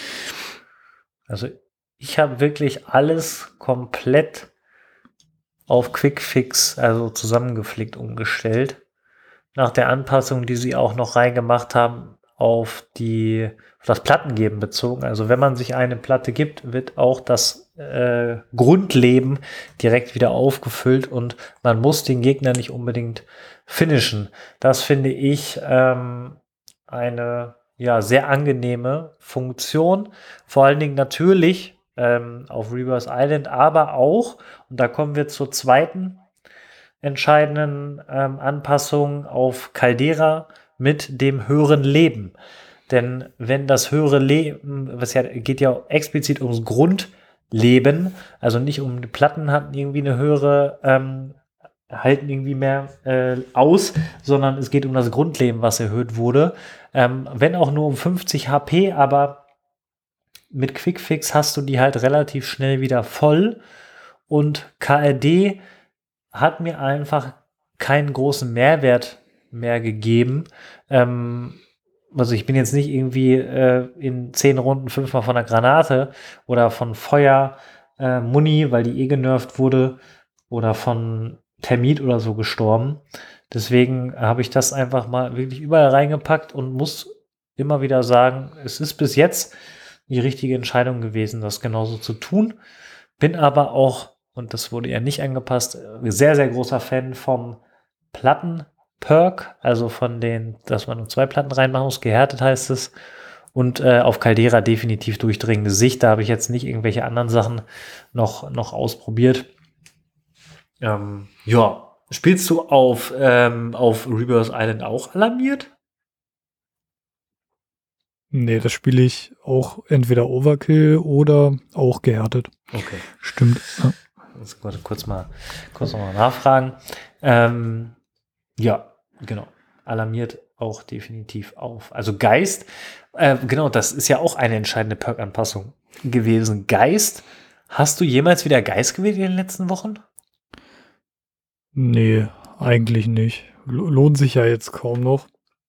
Also ich habe wirklich alles komplett auf Quickfix, also zusammengeflickt, umgestellt. Nach der Anpassung, die sie auch noch reingemacht haben, auf die auf das Plattengeben bezogen. Also wenn man sich eine Platte gibt, wird auch das äh, Grundleben direkt wieder aufgefüllt und man muss den Gegner nicht unbedingt finishen. Das finde ich ähm, eine ja, sehr angenehme Funktion. Vor allen Dingen natürlich ähm, auf Rebirth Island, aber auch, und da kommen wir zur zweiten entscheidenden ähm, Anpassung auf Caldera mit dem höheren Leben. Denn wenn das höhere Leben, was ja geht ja explizit ums Grundleben, also nicht um die Platten hatten irgendwie eine höhere, ähm, halten irgendwie mehr äh, aus, sondern es geht um das Grundleben, was erhöht wurde. Ähm, wenn auch nur um fünfzig H P, aber mit Quickfix hast du die halt relativ schnell wieder voll und K R D hat mir einfach keinen großen Mehrwert mehr gegeben. Ähm, also ich bin jetzt nicht irgendwie äh, in zehn Runden fünfmal von der Granate oder von Feuer äh, Muni, weil die eh genervt wurde, oder von Termit oder so gestorben. Deswegen habe ich das einfach mal wirklich überall reingepackt und muss immer wieder sagen, es ist bis jetzt die richtige Entscheidung gewesen, das genauso zu tun. Bin aber auch, und das wurde ja nicht angepasst, sehr, sehr großer Fan vom Platten-Perk, also von den, dass man nur zwei Platten reinmachen muss, gehärtet heißt es, und äh, auf Caldera definitiv durchdringende Sicht. Da habe ich jetzt nicht irgendwelche anderen Sachen noch, noch ausprobiert. Ähm, ja, spielst du auf, ähm, auf Rebirth Island auch alarmiert? Nee, das spiele ich auch entweder Overkill oder auch gehärtet. Okay. Stimmt. Ja. Jetzt kurz mal, kurz noch mal nachfragen. Ähm, ja, genau. Alarmiert auch definitiv auf. Also Geist, äh, genau, das ist ja auch eine entscheidende Perk-Anpassung gewesen. Geist, hast du jemals wieder Geist gewählt in den letzten Wochen? Nee, eigentlich nicht. Lohnt sich ja jetzt kaum noch.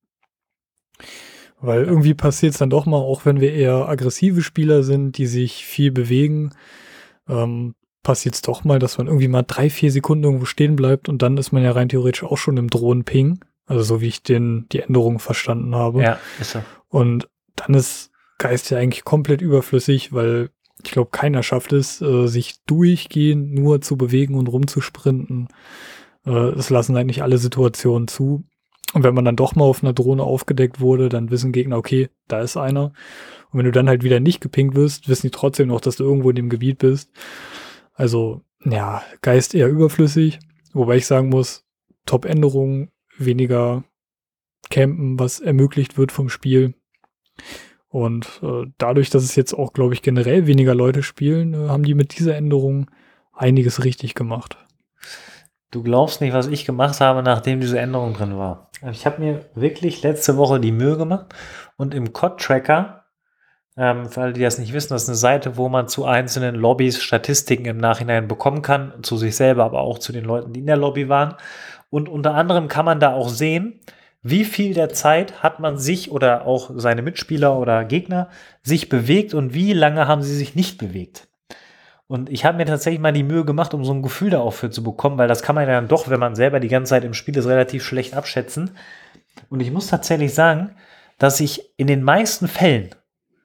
Weil irgendwie passiert es dann doch mal, auch wenn wir eher aggressive Spieler sind, die sich viel bewegen, ähm, passiert es doch mal, dass man irgendwie mal drei, vier Sekunden irgendwo stehen bleibt und dann ist man ja rein theoretisch auch schon im Drohnenping. Also so wie ich den, die Änderung verstanden habe. Ja, ist so. Und dann ist Geist ja eigentlich komplett überflüssig, weil ich glaube, keiner schafft es, äh, sich durchgehend nur zu bewegen und rumzusprinten. Äh, es lassen eigentlich alle Situationen zu. Und wenn man dann doch mal auf einer Drohne aufgedeckt wurde, dann wissen Gegner, okay, da ist einer. Und wenn du dann halt wieder nicht gepinkt wirst, wissen die trotzdem noch, dass du irgendwo in dem Gebiet bist. Also, ja, Geist eher überflüssig. Wobei ich sagen muss, Top-Änderungen, weniger Campen, was ermöglicht wird vom Spiel. Und äh, dadurch, dass es jetzt auch, glaube ich, generell weniger Leute spielen, äh, haben die mit dieser Änderung einiges richtig gemacht. Du glaubst nicht, was ich gemacht habe, nachdem diese Änderung drin war. Ich habe mir wirklich letzte Woche die Mühe gemacht und im C O D-Tracker, ähm, für alle, die das nicht wissen, das ist eine Seite, wo man zu einzelnen Lobbys Statistiken im Nachhinein bekommen kann, zu sich selber, aber auch zu den Leuten, die in der Lobby waren. Und unter anderem kann man da auch sehen, wie viel der Zeit hat man sich oder auch seine Mitspieler oder Gegner sich bewegt und wie lange haben sie sich nicht bewegt. Und ich habe mir tatsächlich mal die Mühe gemacht, um so ein Gefühl dafür zu bekommen, weil das kann man ja dann doch, wenn man selber die ganze Zeit im Spiel ist, relativ schlecht abschätzen. Und ich muss tatsächlich sagen, dass ich in den meisten Fällen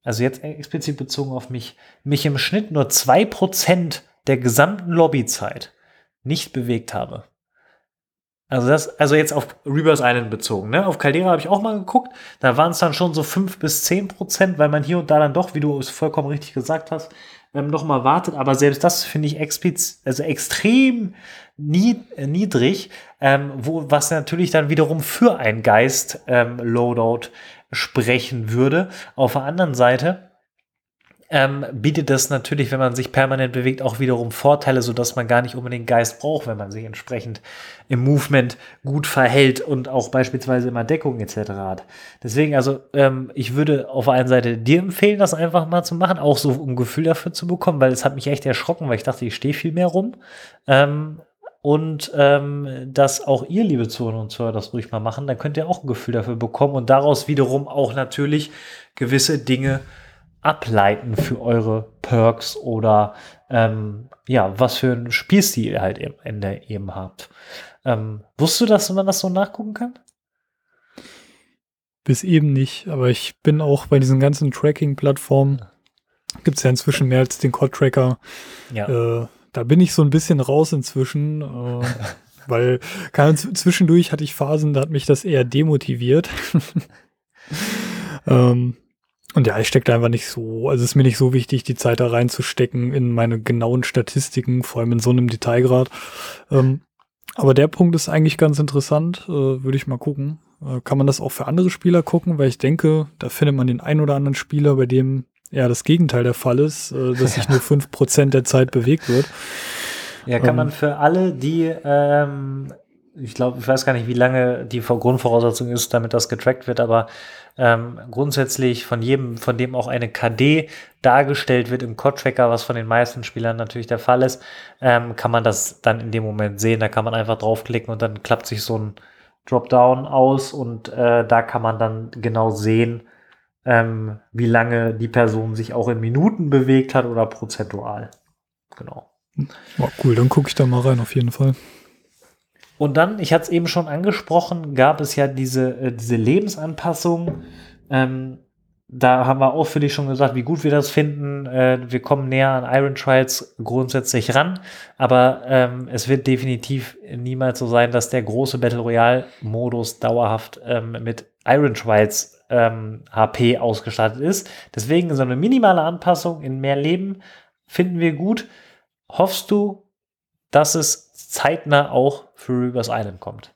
also jetzt explizit bezogen auf mich, mich im Schnitt nur zwei Prozent der gesamten Lobbyzeit nicht bewegt habe. Also das, also jetzt auf Rebirth Island bezogen, ne? Auf Caldera habe ich auch mal geguckt, da waren es dann schon so fünf bis zehn Prozent, weil man hier und da dann doch, wie du es vollkommen richtig gesagt hast, ähm, noch mal wartet, aber selbst das finde ich expliz- also extrem nied- äh, niedrig, ähm, wo, was natürlich dann wiederum für ein Geist-Loadout sprechen würde. Auf der anderen Seite Ähm, bietet das natürlich, wenn man sich permanent bewegt, auch wiederum Vorteile, sodass man gar nicht unbedingt Geist braucht, wenn man sich entsprechend im Movement gut verhält und auch beispielsweise immer Deckung et cetera hat. Deswegen, also ähm, ich würde auf der einen Seite dir empfehlen, das einfach mal zu machen, auch so um ein Gefühl dafür zu bekommen, weil es hat mich echt erschrocken, weil ich dachte, ich stehe viel mehr rum. Ähm, und ähm, dass auch ihr, liebe Zuhörer und Zuhörer, das ruhig mal machen, dann könnt ihr auch ein Gefühl dafür bekommen und daraus wiederum auch natürlich gewisse Dinge ableiten für eure Perks oder ähm, ja, was für einen Spielstil ihr halt am Ende eben habt. Ähm, wusstest du, dass man das so nachgucken kann? Bis eben nicht, aber ich bin auch bei diesen ganzen Tracking-Plattformen, gibt es ja inzwischen mehr als den C O D-Tracker. Ja. Äh, da bin ich so ein bisschen raus inzwischen, äh, weil keine, zwischendurch hatte ich Phasen, da hat mich das eher demotiviert. ähm, Und ja, ich stecke da einfach nicht so, also es ist mir nicht so wichtig, die Zeit da reinzustecken in meine genauen Statistiken, vor allem in so einem Detailgrad. Ähm, aber der Punkt ist eigentlich ganz interessant, äh, würde ich mal gucken. Äh, kann man das auch für andere Spieler gucken, weil ich denke, da findet man den einen oder anderen Spieler, bei dem ja das Gegenteil der Fall ist, äh, dass sich nur fünf Prozent der Zeit bewegt wird. Ja, kann ähm, man für alle, die, ähm, ich glaube, ich weiß gar nicht, wie lange die Grundvoraussetzung ist, damit das getrackt wird, aber ähm, grundsätzlich von jedem, von dem auch eine K D dargestellt wird im C O D-Tracker, was von den meisten Spielern natürlich der Fall ist, ähm, kann man das dann in dem Moment sehen. Da kann man einfach draufklicken und dann klappt sich so ein Dropdown aus und äh, da kann man dann genau sehen, ähm, wie lange die Person sich auch in Minuten bewegt hat oder prozentual. Genau. Oh, cool, dann gucke ich da mal rein auf jeden Fall. Und dann, ich hatte es eben schon angesprochen, gab es ja diese, äh, diese Lebensanpassung. Ähm, da haben wir auch für dich schon gesagt, wie gut wir das finden. Äh, wir kommen näher an Iron Trials grundsätzlich ran, aber ähm, es wird definitiv niemals so sein, dass der große Battle Royale-Modus dauerhaft ähm, mit Iron Trials ähm, H P ausgestattet ist. Deswegen so eine minimale Anpassung in mehr Leben finden wir gut. Hoffst du, dass es zeitnah auch für Rebirth Island kommt?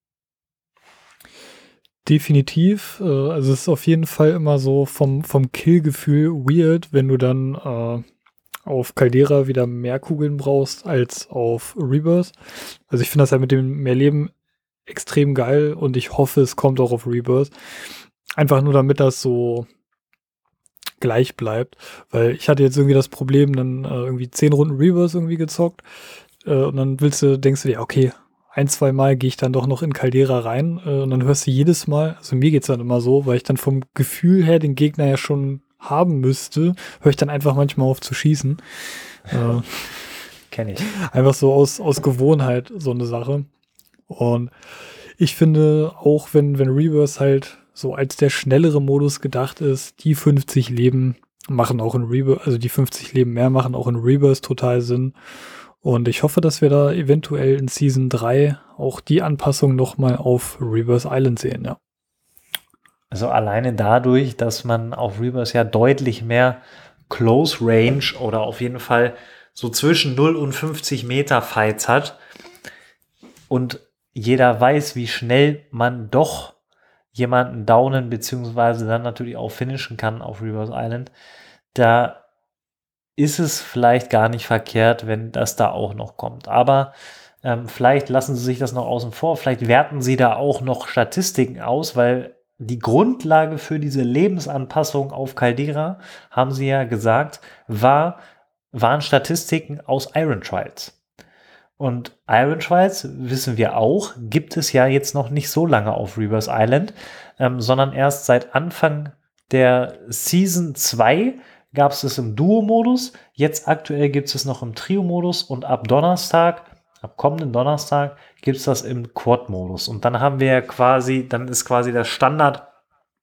Definitiv. Äh, also es ist auf jeden Fall immer so vom, vom Kill-Gefühl weird, wenn du dann äh, auf Caldera wieder mehr Kugeln brauchst als auf Rebirth. Also ich finde das ja mit dem Mehrleben extrem geil und ich hoffe, es kommt auch auf Rebirth. Einfach nur, damit das so gleich bleibt. Weil ich hatte jetzt irgendwie das Problem, dann äh, irgendwie zehn Runden Rebirth irgendwie gezockt. Äh, und dann willst du, denkst du dir, okay, ein, zwei Mal gehe ich dann doch noch in Caldera rein äh, und dann hörst du jedes Mal, also mir geht's dann immer so, weil ich dann vom Gefühl her den Gegner ja schon haben müsste, höre ich dann einfach manchmal auf zu schießen. Äh, Kenne ich. Einfach so aus, aus Gewohnheit so eine Sache. Und ich finde, auch wenn, wenn Rebirth halt so als der schnellere Modus gedacht ist, die fünfzig Leben machen auch in Rebirth, also die fünfzig Leben mehr machen auch in Rebirth total Sinn. Und ich hoffe, dass wir da eventuell in Season drei auch die Anpassung nochmal auf Rebirth Island sehen, ja. Also alleine dadurch, dass man auf Rebirth ja deutlich mehr Close Range oder auf jeden Fall so zwischen null und fünfzig Meter Fights hat und jeder weiß, wie schnell man doch jemanden downen beziehungsweise dann natürlich auch finishen kann auf Rebirth Island, da ist es vielleicht gar nicht verkehrt, wenn das da auch noch kommt. Aber ähm, vielleicht lassen sie sich das noch außen vor, vielleicht werten sie da auch noch Statistiken aus, weil die Grundlage für diese Lebensanpassung auf Caldera, haben sie ja gesagt, war, waren Statistiken aus Iron Trials. Und Iron Trials, wissen wir auch, gibt es ja jetzt noch nicht so lange auf Rebirth Island, ähm, sondern erst seit Anfang der Season zwei gab es es im Duo-Modus. Jetzt aktuell gibt es es noch im Trio-Modus und ab Donnerstag, ab kommenden Donnerstag, gibt es das im Quad-Modus. Und dann haben wir quasi, dann ist quasi das Standard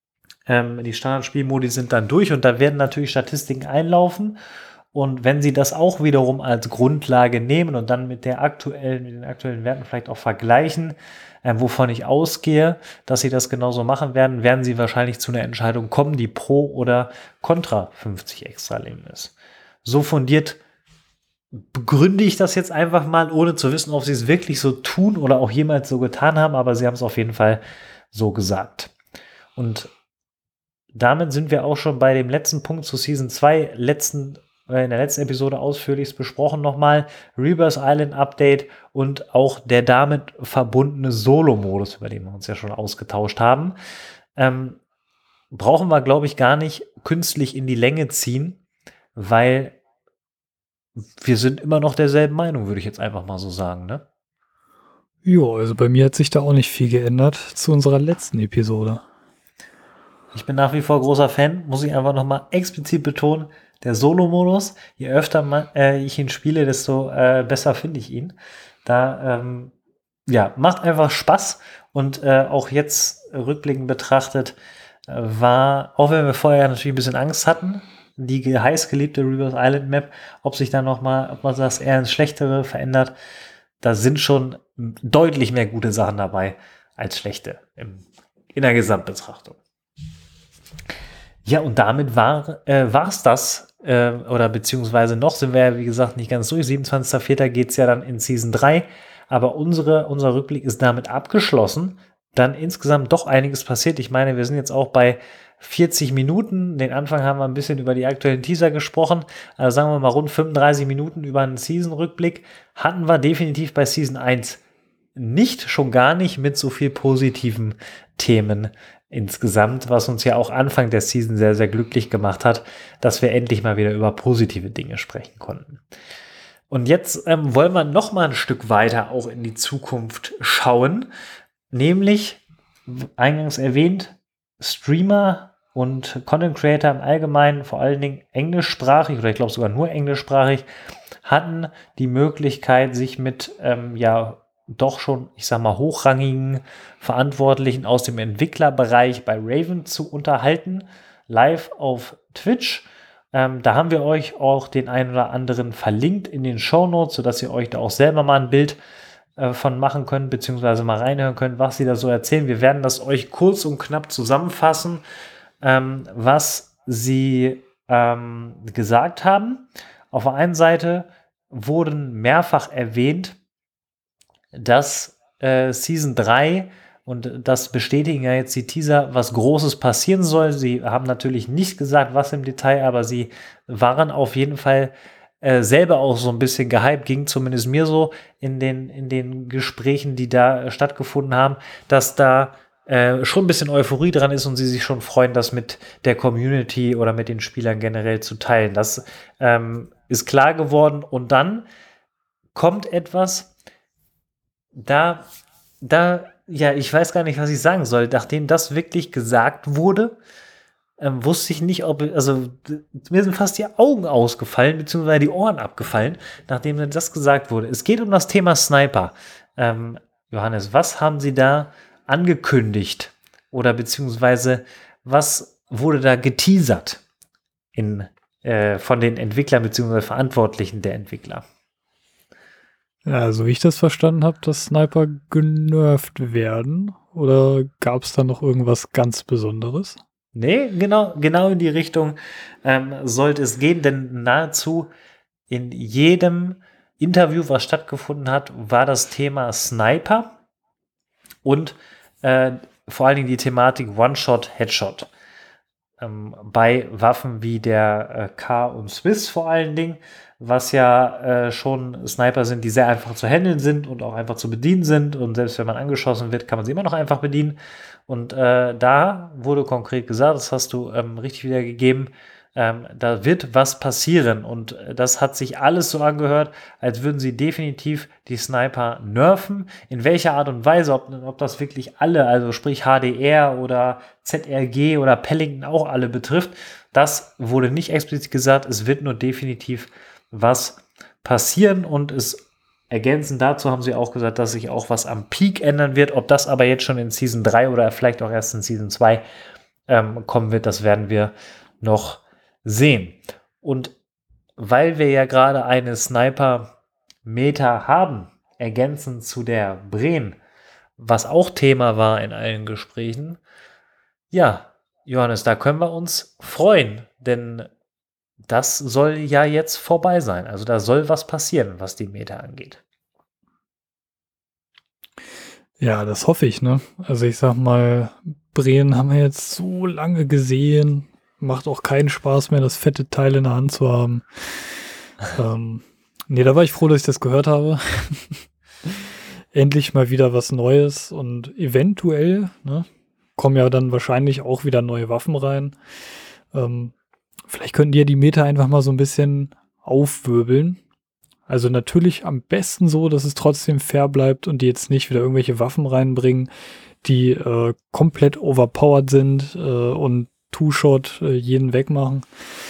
Ähm, die Standardspielmodi sind dann durch und da werden natürlich Statistiken einlaufen. Und wenn sie das auch wiederum als Grundlage nehmen und dann mit der aktuellen, mit den aktuellen Werten vielleicht auch vergleichen, äh, wovon ich ausgehe, dass sie das genauso machen werden, werden sie wahrscheinlich zu einer Entscheidung kommen, die pro oder kontra fünfzig Extraleben ist. So fundiert begründe ich das jetzt einfach mal, ohne zu wissen, ob sie es wirklich so tun oder auch jemals so getan haben, aber sie haben es auf jeden Fall so gesagt. Und damit sind wir auch schon bei dem letzten Punkt zu Season zwei, letzten in der letzten Episode ausführlichst besprochen nochmal, Rebirth Island Update und auch der damit verbundene Solo-Modus, über den wir uns ja schon ausgetauscht haben. Ähm, brauchen wir, glaube ich, gar nicht künstlich in die Länge ziehen, weil wir sind immer noch derselben Meinung, würde ich jetzt einfach mal so sagen, ne? Jo, also bei mir hat sich da auch nicht viel geändert zu unserer letzten Episode. Ich bin nach wie vor großer Fan, muss ich einfach nochmal explizit betonen, der Solo-Modus, je öfter man, äh, ich ihn spiele, desto äh, besser finde ich ihn. Da, ähm, ja, macht einfach Spaß und äh, auch jetzt rückblickend betrachtet äh, war, auch wenn wir vorher natürlich ein bisschen Angst hatten, die heiß geliebte Rebirth Island Map, ob sich da nochmal, ob man das eher ins Schlechtere verändert, da sind schon deutlich mehr gute Sachen dabei als schlechte im, in der Gesamtbetrachtung. Ja, und damit war äh, war's das, äh, oder beziehungsweise noch sind wir ja, wie gesagt, nicht ganz durch. siebenundzwanzigster vierter geht es ja dann in Season drei, aber unsere, unser Rückblick ist damit abgeschlossen. Dann insgesamt doch einiges passiert. Ich meine, wir sind jetzt auch bei vierzig Minuten. Den Anfang haben wir ein bisschen über die aktuellen Teaser gesprochen. Also sagen wir mal rund fünfunddreißig Minuten über einen Season-Rückblick. Hatten wir definitiv bei Season eins nicht, schon gar nicht mit so viel positiven Themen insgesamt, was uns ja auch Anfang der Season sehr, sehr glücklich gemacht hat, dass wir endlich mal wieder über positive Dinge sprechen konnten. Und jetzt ähm, wollen wir noch mal ein Stück weiter auch in die Zukunft schauen, nämlich, eingangs erwähnt, Streamer und Content Creator im Allgemeinen, vor allen Dingen englischsprachig oder ich glaube sogar nur englischsprachig, hatten die Möglichkeit, sich mit ähm, ja doch schon, ich sag mal, hochrangigen Verantwortlichen aus dem Entwicklerbereich bei Raven zu unterhalten, live auf Twitch. Ähm, da haben wir euch auch den einen oder anderen verlinkt in den Shownotes, sodass ihr euch da auch selber mal ein Bild äh, von machen könnt, beziehungsweise mal reinhören könnt, was sie da so erzählen. Wir werden das euch kurz und knapp zusammenfassen, ähm, was sie ähm, gesagt haben. Auf der einen Seite wurden mehrfach erwähnt, dass äh, Season drei, und das bestätigen ja jetzt die Teaser, was Großes passieren soll. Sie haben natürlich nicht gesagt, was im Detail, aber sie waren auf jeden Fall äh, selber auch so ein bisschen gehypt, ging zumindest mir so in den, in den Gesprächen, die da äh, stattgefunden haben, dass da äh, schon ein bisschen Euphorie dran ist und sie sich schon freuen, das mit der Community oder mit den Spielern generell zu teilen. Das ähm, ist klar geworden und dann kommt etwas, Da, da, ja, ich weiß gar nicht, was ich sagen soll. Nachdem das wirklich gesagt wurde, ähm, wusste ich nicht, ob, also mir sind fast die Augen ausgefallen, beziehungsweise die Ohren abgefallen, nachdem das gesagt wurde. Es geht um das Thema Sniper. Ähm, Johannes, was haben Sie da angekündigt? Oder beziehungsweise, was wurde da geteasert in, äh, von den Entwicklern, beziehungsweise Verantwortlichen der Entwickler? Ja, so wie ich das verstanden habe, dass Sniper genervt werden. Oder gab es da noch irgendwas ganz Besonderes? Nee, genau, genau in die Richtung ähm, sollte es gehen, denn nahezu in jedem Interview, was stattgefunden hat, war das Thema Sniper und äh, vor allen Dingen die Thematik One-Shot, Headshot. Ähm, bei Waffen wie der äh, K und Swiss vor allen Dingen, was ja äh, schon Sniper sind, die sehr einfach zu handeln sind und auch einfach zu bedienen sind. Und selbst wenn man angeschossen wird, kann man sie immer noch einfach bedienen. Und äh, da wurde konkret gesagt, das hast du ähm, richtig wiedergegeben, ähm, da wird was passieren. Und äh, das hat sich alles so angehört, als würden sie definitiv die Sniper nerven. In welcher Art und Weise, ob, ob das wirklich alle, also sprich H D R oder Z R G oder Pellington auch alle betrifft, das wurde nicht explizit gesagt. Es wird nur definitiv was passieren und es ergänzend dazu haben sie auch gesagt, dass sich auch was am Peak ändern wird. Ob das aber jetzt schon in Season drei oder vielleicht auch erst in Season zwei ähm, kommen wird, das werden wir noch sehen. Und weil wir ja gerade eine Sniper-Meta haben, ergänzend zu der Bren, was auch Thema war in allen Gesprächen, ja, Johannes, da können wir uns freuen, denn das soll ja jetzt vorbei sein. Also da soll was passieren, was die Meta angeht. Ja, das hoffe ich, ne? Also ich sag mal, Bren haben wir jetzt so lange gesehen. Macht auch keinen Spaß mehr, das fette Teil in der Hand zu haben. ähm, nee, da war ich froh, dass ich das gehört habe. Endlich mal wieder was Neues und eventuell, ne, kommen ja dann wahrscheinlich auch wieder neue Waffen rein. Ähm, vielleicht könnten die ja die Meta einfach mal so ein bisschen aufwirbeln. Also natürlich am besten so, dass es trotzdem fair bleibt und die jetzt nicht wieder irgendwelche Waffen reinbringen, die äh, komplett overpowered sind äh, und Two-Shot äh, jeden wegmachen.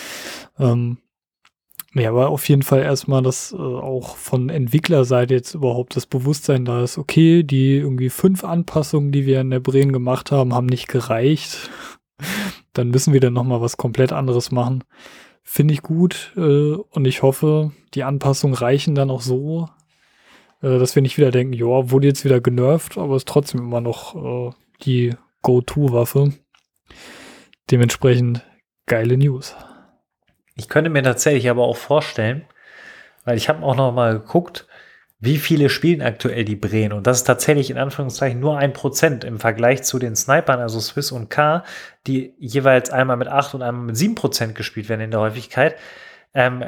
Ähm, ja, aber auf jeden Fall erstmal, dass äh, auch von Entwicklerseite jetzt überhaupt das Bewusstsein da ist, okay, die irgendwie fünf Anpassungen, die wir in der Bren gemacht haben, haben nicht gereicht. Dann müssen wir dann nochmal was komplett anderes machen. Finde ich gut äh, und ich hoffe, die Anpassungen reichen dann auch so, äh, dass wir nicht wieder denken, ja, wurde jetzt wieder genervt, aber ist trotzdem immer noch äh, die Go-To-Waffe. Dementsprechend geile News. Ich könnte mir tatsächlich aber auch vorstellen, weil ich habe auch noch mal geguckt, wie viele spielen aktuell die Bren, und das ist tatsächlich in Anführungszeichen nur ein Prozent im Vergleich zu den Snipern, also Swiss und K, die jeweils einmal mit acht und einmal mit sieben Prozent gespielt werden in der Häufigkeit. Ähm,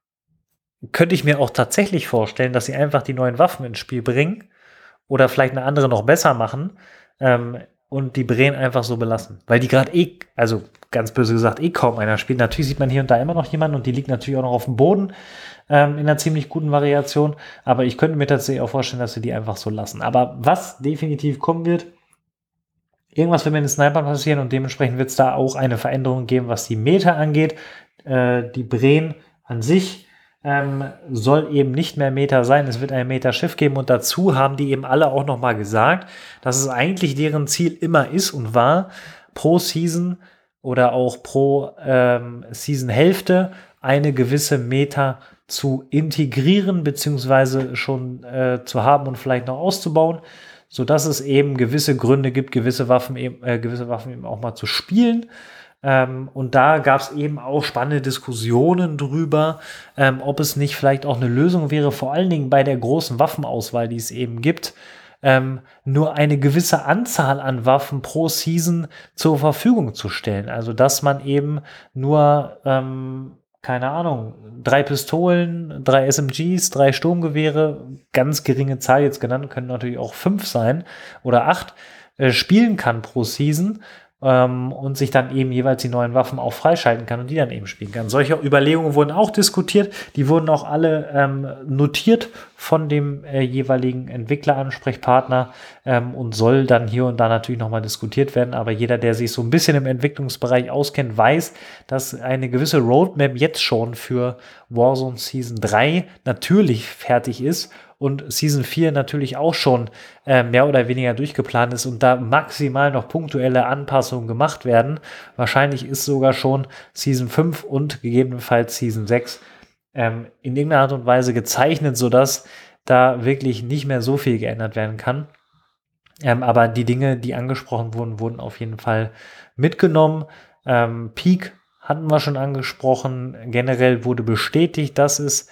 könnte ich mir auch tatsächlich vorstellen, dass sie einfach die neuen Waffen ins Spiel bringen oder vielleicht eine andere noch besser machen ähm, und die Bren einfach so belassen. Weil die gerade eh, also ganz böse gesagt, eh kaum einer spielt. Natürlich sieht man hier und da immer noch jemanden und die liegt natürlich auch noch auf dem Boden ähm, in einer ziemlich guten Variation. Aber ich könnte mir tatsächlich auch vorstellen, dass sie die einfach so lassen. Aber was definitiv kommen wird, irgendwas wird mit den Snipern passieren und dementsprechend wird es da auch eine Veränderung geben, was die Meta angeht. Äh, die Bren an sich ähm, soll eben nicht mehr Meta sein. Es wird ein Meta-Schiff geben und dazu haben die eben alle auch nochmal gesagt, dass es eigentlich deren Ziel immer ist und war, pro Season oder auch pro ähm, Season-Hälfte eine gewisse Meta zu integrieren beziehungsweise schon äh, zu haben und vielleicht noch auszubauen, sodass es eben gewisse Gründe gibt, gewisse Waffen eben, äh, gewisse Waffen eben auch mal zu spielen. Ähm, und da gab es eben auch spannende Diskussionen drüber, ähm, ob es nicht vielleicht auch eine Lösung wäre, vor allen Dingen bei der großen Waffenauswahl, die es eben gibt, ähm, nur eine gewisse Anzahl an Waffen pro Season zur Verfügung zu stellen. Also dass man eben nur, ähm, keine Ahnung, drei Pistolen, drei S M Gs, drei Sturmgewehre, ganz geringe Zahl jetzt genannt, können natürlich auch fünf sein oder acht, äh, spielen kann pro Season. Ähm, und sich dann eben jeweils die neuen Waffen auch freischalten kann und die dann eben spielen kann. Solche Überlegungen wurden auch diskutiert, die wurden auch alle ähm, notiert von dem äh, jeweiligen Entwickleransprechpartner ähm, und soll dann hier und da natürlich nochmal diskutiert werden, aber jeder, der sich so ein bisschen im Entwicklungsbereich auskennt, weiß, dass eine gewisse Roadmap jetzt schon für Warzone Season drei natürlich fertig ist und Season vier natürlich auch schon äh, mehr oder weniger durchgeplant ist und da maximal noch punktuelle Anpassungen gemacht werden. Wahrscheinlich ist sogar schon Season fünf und gegebenenfalls Season sechs ähm, in irgendeiner Art und Weise gezeichnet, sodass da wirklich nicht mehr so viel geändert werden kann. Ähm, aber die Dinge, die angesprochen wurden, wurden auf jeden Fall mitgenommen. Ähm, Peak hatten wir schon angesprochen. Generell wurde bestätigt, dass es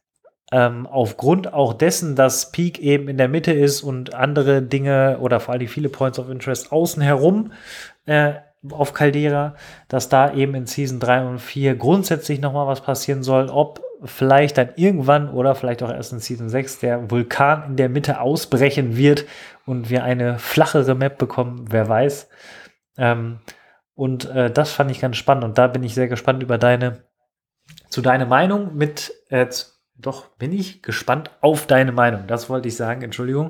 Ähm, aufgrund auch dessen, dass Peak eben in der Mitte ist und andere Dinge oder vor allem viele Points of Interest außen herum äh, auf Caldera, dass da eben in Season drei und vier grundsätzlich nochmal was passieren soll, ob vielleicht dann irgendwann oder vielleicht auch erst in Season sechs der Vulkan in der Mitte ausbrechen wird und wir eine flachere Map bekommen, wer weiß. Ähm, und äh, das fand ich ganz spannend und da bin ich sehr gespannt über deine, zu deiner Meinung mit äh, Doch bin ich gespannt auf deine Meinung. Das wollte ich sagen, Entschuldigung.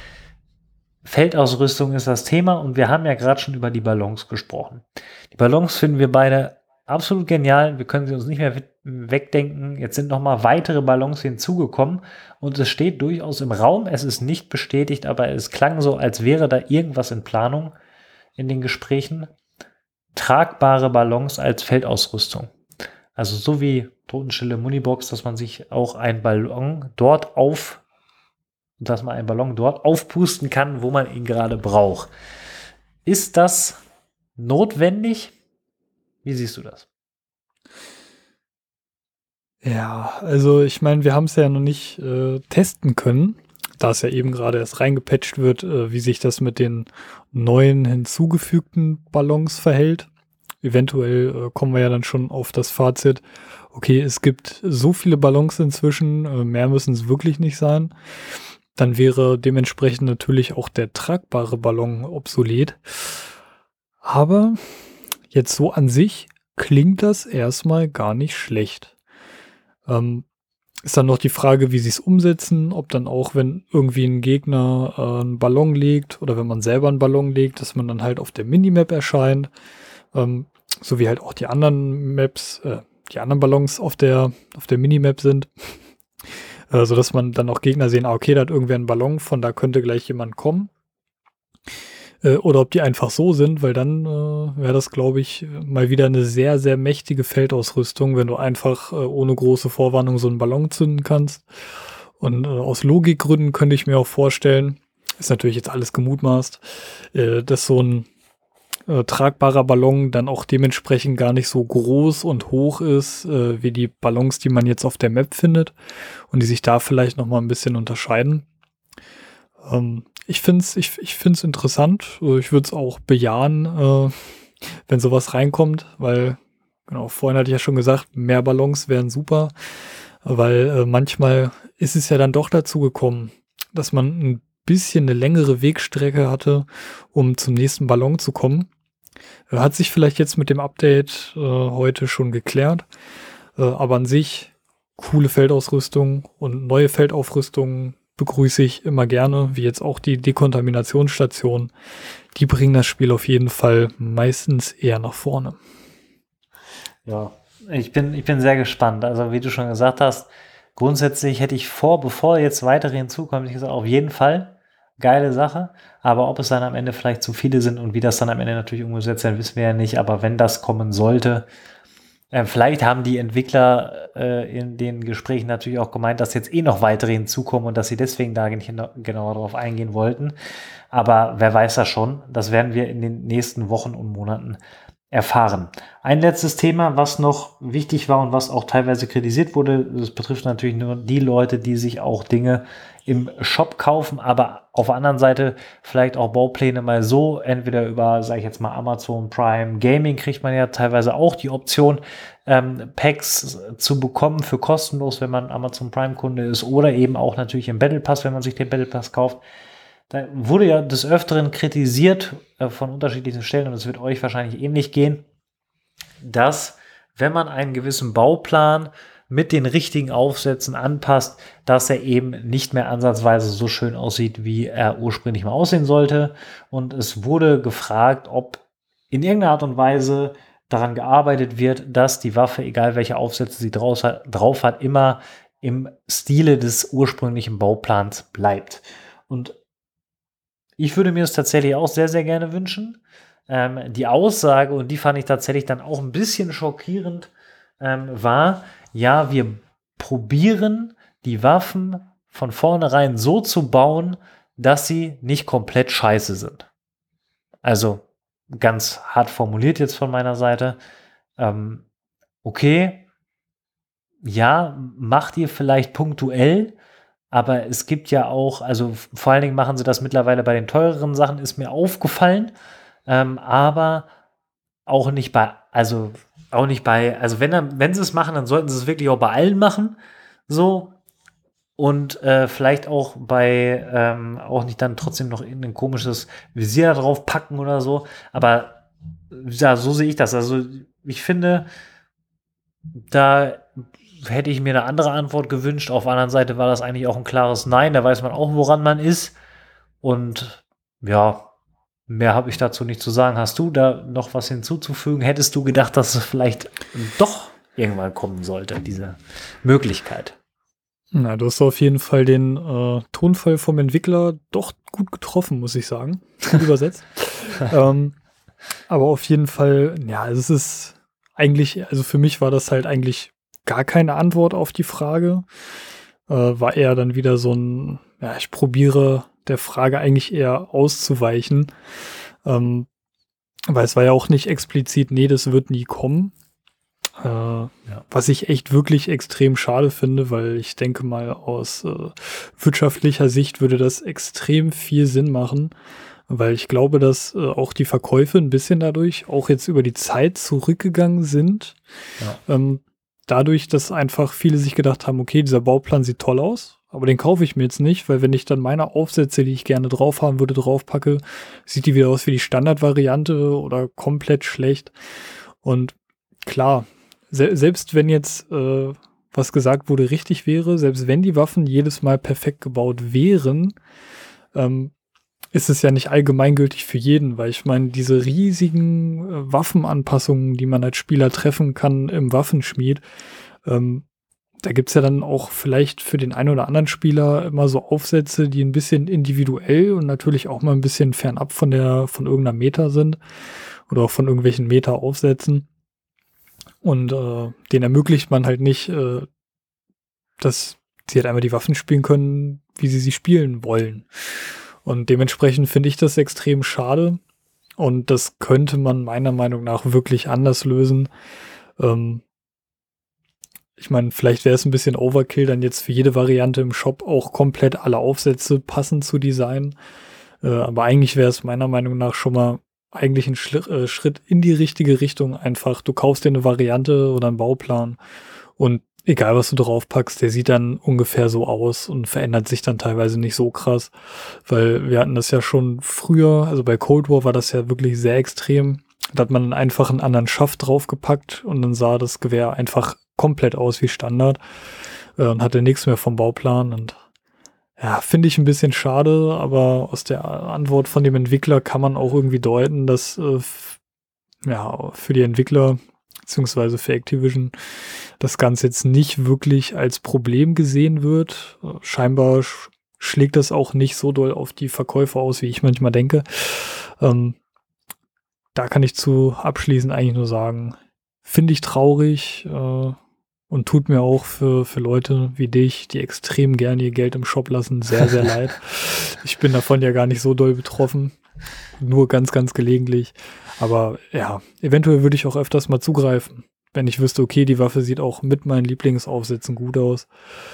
Feldausrüstung ist das Thema und wir haben ja gerade schon über die Ballons gesprochen. Die Ballons finden wir beide absolut genial. Wir können sie uns nicht mehr wegdenken. Jetzt sind nochmal weitere Ballons hinzugekommen und es steht durchaus im Raum. Es ist nicht bestätigt, aber es klang so, als wäre da irgendwas in Planung in den Gesprächen. tragbare Ballons als Feldausrüstung. Also so wie Totenstille Munibox, dass man sich auch einen Ballon dort auf, dass man einen Ballon dort aufpusten kann, wo man ihn gerade braucht. Ist das notwendig? Wie siehst du das? Ja, also ich meine, wir haben es ja noch nicht äh, testen können, da es ja eben gerade erst reingepatcht wird, äh, wie sich das mit den neuen hinzugefügten Ballons verhält. Eventuell äh, kommen wir ja dann schon auf das Fazit, okay, es gibt so viele Ballons inzwischen, äh, mehr müssen es wirklich nicht sein. Dann wäre dementsprechend natürlich auch der tragbare Ballon obsolet. Aber jetzt so an sich klingt das erstmal gar nicht schlecht. Ähm, ist dann noch die Frage, wie sie es umsetzen, ob dann auch, wenn irgendwie ein Gegner äh, einen Ballon legt oder wenn man selber einen Ballon legt, dass man dann halt auf der Minimap erscheint, ähm, so wie halt auch die anderen Maps, äh, die anderen Ballons auf der, auf der Minimap sind, äh, sodass man dann auch Gegner sehen, ah, okay, da hat irgendwer einen Ballon, von da könnte gleich jemand kommen. Oder ob die einfach so sind, weil dann äh, wäre das, glaube ich, mal wieder eine sehr, sehr mächtige Feldausrüstung, wenn du einfach äh, ohne große Vorwarnung so einen Ballon zünden kannst. Und äh, aus Logikgründen könnte ich mir auch vorstellen, ist natürlich jetzt alles gemutmaßt, äh, dass so ein äh, tragbarer Ballon dann auch dementsprechend gar nicht so groß und hoch ist, äh, wie die Ballons, die man jetzt auf der Map findet und die sich da vielleicht noch mal ein bisschen unterscheiden. Ähm, Ich finde es ich, ich find's interessant. Ich würde es auch bejahen, äh, wenn sowas reinkommt, weil, genau, vorhin hatte ich ja schon gesagt, mehr Ballons wären super, weil äh, manchmal ist es ja dann doch dazu gekommen, dass man ein bisschen eine längere Wegstrecke hatte, um zum nächsten Ballon zu kommen. Äh, hat sich vielleicht jetzt mit dem Update äh, heute schon geklärt, äh, aber an sich coole Feldausrüstung und neue Feldaufrüstungen begrüße ich immer gerne, wie jetzt auch die Dekontaminationsstation. Die bringen das Spiel auf jeden Fall meistens eher nach vorne. Ja, ich bin, ich bin sehr gespannt. Also wie du schon gesagt hast, grundsätzlich hätte ich vor, bevor jetzt weitere hinzukommen, ich gesagt, auf jeden Fall geile Sache. Aber ob es dann am Ende vielleicht zu viele sind und wie das dann am Ende natürlich umgesetzt wird, wissen wir ja nicht. Aber wenn das kommen sollte, Äh, vielleicht haben die Entwickler äh, in den Gesprächen natürlich auch gemeint, dass jetzt eh noch weitere hinzukommen und dass sie deswegen da nicht genauer darauf eingehen wollten. Aber wer weiß das schon? Das werden wir in den nächsten Wochen und Monaten erfahren. Ein letztes Thema, was noch wichtig war und was auch teilweise kritisiert wurde, das betrifft natürlich nur die Leute, die sich auch Dinge im Shop kaufen, aber auf der anderen Seite vielleicht auch Baupläne mal so, entweder über, sage ich jetzt mal, Amazon Prime Gaming kriegt man ja teilweise auch die Option, ähm, Packs zu bekommen für kostenlos, wenn man Amazon Prime Kunde ist, oder eben auch natürlich im Battle Pass, wenn man sich den Battle Pass kauft. Da wurde ja des Öfteren kritisiert äh, von unterschiedlichen Stellen, und es wird euch wahrscheinlich ähnlich gehen, dass, wenn man einen gewissen Bauplan mit den richtigen Aufsätzen anpasst, dass er eben nicht mehr ansatzweise so schön aussieht, wie er ursprünglich mal aussehen sollte. Und es wurde gefragt, ob in irgendeiner Art und Weise daran gearbeitet wird, dass die Waffe, egal welche Aufsätze sie drauf hat, drauf hat, immer im Stile des ursprünglichen Bauplans bleibt. Und ich würde mir es tatsächlich auch sehr, sehr gerne wünschen. Ähm, die Aussage, und die fand ich tatsächlich dann auch ein bisschen schockierend, ähm, war, ja, wir probieren die Waffen von vornherein so zu bauen, dass sie nicht komplett scheiße sind. Also ganz hart formuliert jetzt von meiner Seite. Ähm, okay, ja, macht ihr vielleicht punktuell, aber es gibt ja auch, also vor allen Dingen machen sie das mittlerweile bei den teureren Sachen, ist mir aufgefallen, ähm, aber auch nicht bei, also auch nicht bei, also wenn, dann, wenn sie es machen, dann sollten sie es wirklich auch bei allen machen, so, und äh, vielleicht auch bei, ähm, auch nicht dann trotzdem noch ein komisches Visier drauf packen oder so, aber ja, so sehe ich das, also ich finde, da hätte ich mir eine andere Antwort gewünscht. Auf der anderen Seite war das eigentlich auch ein klares Nein. Da weiß man auch, woran man ist. Und ja, mehr habe ich dazu nicht zu sagen. Hast du da noch was hinzuzufügen? Hättest du gedacht, dass es vielleicht doch irgendwann kommen sollte, diese Möglichkeit? Na, du hast auf jeden Fall den äh, Tonfall vom Entwickler doch gut getroffen, muss ich sagen. Gut übersetzt. ähm, Aber auf jeden Fall, ja, es ist eigentlich, also für mich war das halt eigentlich gar keine Antwort auf die Frage. Äh, war eher dann wieder so ein, ja, ich probiere der Frage eigentlich eher auszuweichen. Ähm, weil es war ja auch nicht explizit, nee, das wird nie kommen. Äh, ja. Was ich echt wirklich extrem schade finde, weil ich denke mal, aus äh, wirtschaftlicher Sicht würde das extrem viel Sinn machen. Weil ich glaube, dass äh, auch die Verkäufe ein bisschen dadurch auch jetzt über die Zeit zurückgegangen sind. Ja. Ähm, dadurch, dass einfach viele sich gedacht haben, okay, dieser Bauplan sieht toll aus, aber den kaufe ich mir jetzt nicht, weil wenn ich dann meine Aufsätze, die ich gerne drauf haben würde, draufpacke, sieht die wieder aus wie die Standardvariante oder komplett schlecht. Und klar, se- selbst wenn jetzt äh, was gesagt wurde richtig wäre, selbst wenn die Waffen jedes Mal perfekt gebaut wären, ähm, ist es ja nicht allgemeingültig für jeden, weil ich meine, diese riesigen äh, Waffenanpassungen, die man als Spieler treffen kann im Waffenschmied, ähm, da gibt's ja dann auch vielleicht für den einen oder anderen Spieler immer so Aufsätze, die ein bisschen individuell und natürlich auch mal ein bisschen fernab von der, von irgendeiner Meta sind oder auch von irgendwelchen Meta-Aufsätzen. Und äh, denen ermöglicht man halt nicht, äh, dass sie halt einmal die Waffen spielen können, wie sie sie spielen wollen. Und dementsprechend finde ich das extrem schade. Und das könnte man meiner Meinung nach wirklich anders lösen. Ähm, ich meine, vielleicht wäre es ein bisschen Overkill, dann jetzt für jede Variante im Shop auch komplett alle Aufsätze passend zu designen. Äh, aber eigentlich wäre es meiner Meinung nach schon mal eigentlich ein Schli- äh, Schritt in die richtige Richtung. Einfach, du kaufst dir eine Variante oder einen Bauplan und egal, was du drauf packst, der sieht dann ungefähr so aus und verändert sich dann teilweise nicht so krass, weil wir hatten das ja schon früher, also bei Cold War war das ja wirklich sehr extrem. Da hat man einfach einen anderen Schaft draufgepackt und dann sah das Gewehr einfach komplett aus wie Standard äh, und hatte nichts mehr vom Bauplan und ja, finde ich ein bisschen schade, aber aus der Antwort von dem Entwickler kann man auch irgendwie deuten, dass äh, f- ja, für die Entwickler beziehungsweise für Activision das Ganze jetzt nicht wirklich als Problem gesehen wird. Scheinbar sch- schlägt das auch nicht so doll auf die Verkäufer aus, wie ich manchmal denke. Ähm, da kann ich zu abschließend eigentlich nur sagen, finde ich traurig äh, und tut mir auch für, für Leute wie dich, die extrem gerne ihr Geld im Shop lassen, sehr, sehr leid. Ich bin davon ja gar nicht so doll betroffen. Nur ganz, ganz gelegentlich. Aber ja, eventuell würde ich auch öfters mal zugreifen, wenn ich wüsste, okay, die Waffe sieht auch mit meinen Lieblingsaufsätzen gut aus.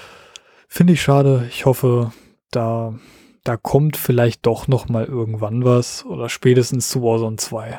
Finde ich schade. Ich hoffe, da, da kommt vielleicht doch noch mal irgendwann was oder spätestens zu Warzone zwei.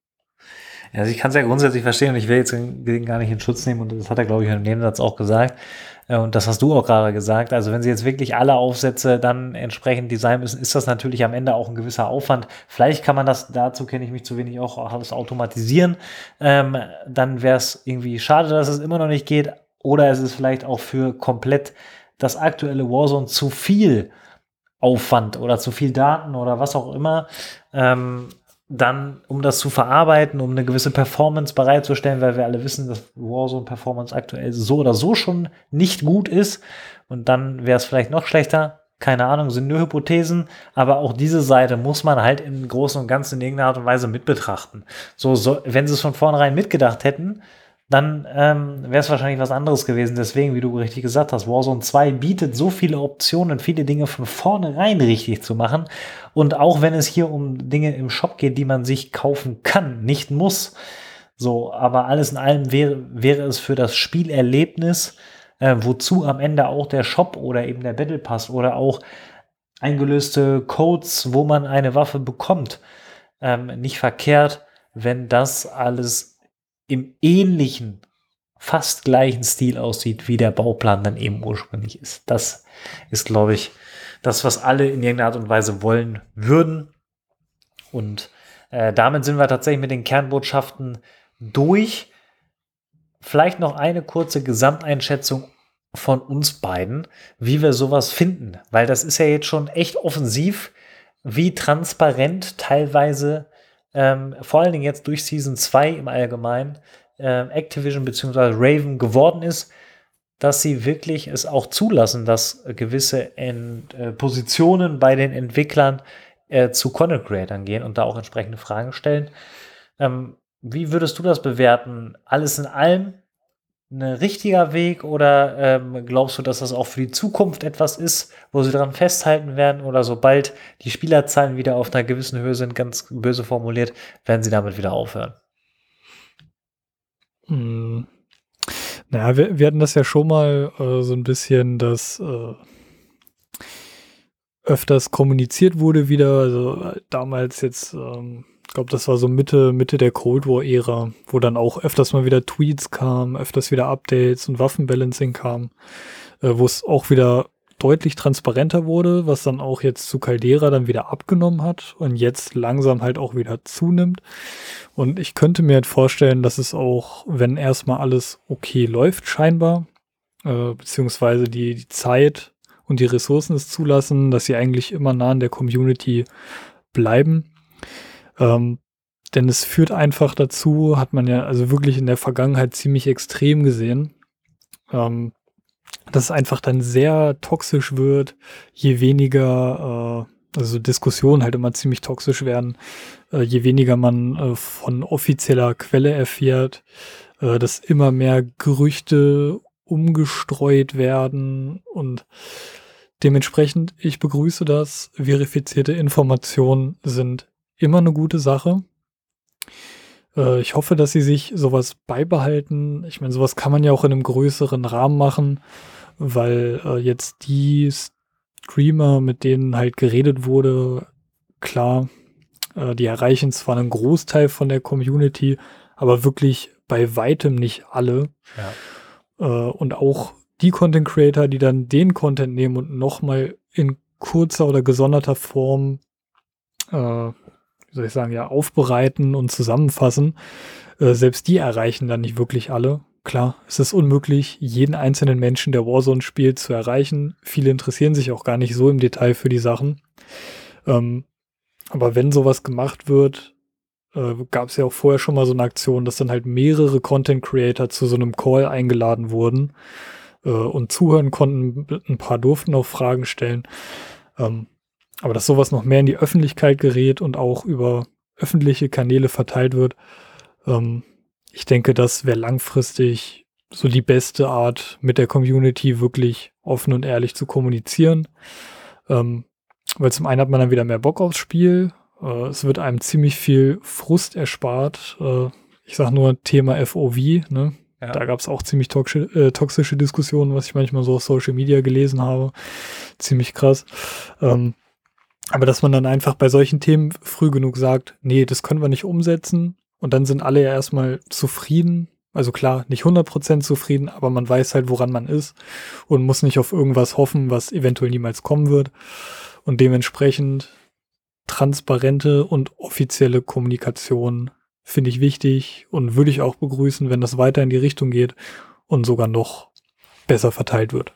Also ich kann es ja grundsätzlich verstehen und ich will jetzt den gar nicht in Schutz nehmen und das hat er, glaube ich, im Nebensatz auch gesagt. Und das hast du auch gerade gesagt. Also wenn sie jetzt wirklich alle Aufsätze dann entsprechend designen müssen, ist das natürlich am Ende auch ein gewisser Aufwand. Vielleicht kann man das, dazu kenne ich mich zu wenig, auch alles automatisieren. Ähm, dann wäre es irgendwie schade, dass es immer noch nicht geht. Oder es ist vielleicht auch für komplett das aktuelle Warzone zu viel Aufwand oder zu viel Daten oder was auch immer. Ähm, dann, um das zu verarbeiten, um eine gewisse Performance bereitzustellen, weil wir alle wissen, dass Warzone-Performance aktuell so oder so schon nicht gut ist und dann wäre es vielleicht noch schlechter. Keine Ahnung, sind nur Hypothesen, aber auch diese Seite muss man halt im Großen und Ganzen in irgendeiner Art und Weise mit betrachten. So, so wenn sie es von vornherein mitgedacht hätten, dann ähm, wäre es wahrscheinlich was anderes gewesen. Deswegen, wie du richtig gesagt hast, Warzone zwei bietet so viele Optionen, viele Dinge von vornherein richtig zu machen. Und auch wenn es hier um Dinge im Shop geht, die man sich kaufen kann, nicht muss. So, aber alles in allem wäre, wäre es für das Spielerlebnis, äh, wozu am Ende auch der Shop oder eben der Battle Pass oder auch eingelöste Codes, wo man eine Waffe bekommt, ähm, nicht verkehrt, wenn das alles im ähnlichen, fast gleichen Stil aussieht, wie der Bauplan dann eben ursprünglich ist. Das ist, glaube ich, das, was alle in irgendeiner Art und Weise wollen würden. Und äh, damit sind wir tatsächlich mit den Kernbotschaften durch. Vielleicht noch eine kurze Gesamteinschätzung von uns beiden, wie wir sowas finden. Weil das ist ja jetzt schon echt offensiv, wie transparent teilweise Ähm, vor allen Dingen jetzt durch Season zwei im Allgemeinen äh, Activision bzw. Raven geworden ist, dass sie wirklich es auch zulassen, dass gewisse Ent, äh, Positionen bei den Entwicklern äh, zu Content Creatern gehen und da auch entsprechende Fragen stellen. Ähm, wie würdest du das bewerten? Alles in allem ein richtiger Weg oder ähm, glaubst du, dass das auch für die Zukunft etwas ist, wo sie daran festhalten werden oder sobald die Spielerzahlen wieder auf einer gewissen Höhe sind, ganz böse formuliert, werden sie damit wieder aufhören? Hm. Naja, wir, wir hatten das ja schon mal äh, so ein bisschen, dass äh, öfters kommuniziert wurde wieder. Also äh, damals jetzt, ähm, ich glaube, das war so Mitte, Mitte der Cold War-Ära, wo dann auch öfters mal wieder Tweets kamen, öfters wieder Updates und Waffenbalancing kam, äh, wo es auch wieder deutlich transparenter wurde, was dann auch jetzt zu Caldera dann wieder abgenommen hat und jetzt langsam halt auch wieder zunimmt. Und ich könnte mir halt vorstellen, dass es auch, wenn erstmal alles okay läuft, scheinbar, äh, beziehungsweise die, die Zeit und die Ressourcen es zulassen, dass sie eigentlich immer nah an der Community bleiben. Ähm, denn es führt einfach dazu, hat man ja also wirklich in der Vergangenheit ziemlich extrem gesehen, ähm, dass es einfach dann sehr toxisch wird, je weniger, äh, also Diskussionen halt immer ziemlich toxisch werden, äh, je weniger man äh, von offizieller Quelle erfährt, äh, dass immer mehr Gerüchte umgestreut werden und dementsprechend, ich begrüße das. Verifizierte Informationen sind immer eine gute Sache. Äh, ich hoffe, dass sie sich sowas beibehalten. Ich meine, sowas kann man ja auch in einem größeren Rahmen machen, weil äh, jetzt die Streamer, mit denen halt geredet wurde, klar, äh, die erreichen zwar einen Großteil von der Community, aber wirklich bei weitem nicht alle. Ja. Äh, und auch die Content Creator, die dann den Content nehmen und nochmal in kurzer oder gesonderter Form, äh, wie soll ich sagen, ja, aufbereiten und zusammenfassen, äh, selbst die erreichen dann nicht wirklich alle. Klar, es ist unmöglich, jeden einzelnen Menschen, der Warzone spielt, zu erreichen. Viele interessieren sich auch gar nicht so im Detail für die Sachen. Ähm, aber wenn sowas gemacht wird, äh, gab es ja auch vorher schon mal so eine Aktion, dass dann halt mehrere Content Creator zu so einem Call eingeladen wurden äh, und zuhören konnten. Ein paar durften auch Fragen stellen. Ähm, aber dass sowas noch mehr in die Öffentlichkeit gerät und auch über öffentliche Kanäle verteilt wird, ähm, ich denke, das wäre langfristig so die beste Art, mit der Community wirklich offen und ehrlich zu kommunizieren. Ähm, weil zum einen hat man dann wieder mehr Bock aufs Spiel. Äh, es wird einem ziemlich viel Frust erspart. Äh, ich sag nur Thema F O V, ne? Ja. Da gab es auch ziemlich toxische, äh, toxische Diskussionen, was ich manchmal so auf Social Media gelesen habe. Ziemlich krass. Ähm, aber dass man dann einfach bei solchen Themen früh genug sagt, nee, das können wir nicht umsetzen. Und dann sind alle ja erstmal zufrieden. Also klar, nicht hundert Prozent zufrieden, aber man weiß halt, woran man ist und muss nicht auf irgendwas hoffen, was eventuell niemals kommen wird. Und dementsprechend transparente und offizielle Kommunikation finde ich wichtig und würde ich auch begrüßen, wenn das weiter in die Richtung geht und sogar noch besser verteilt wird.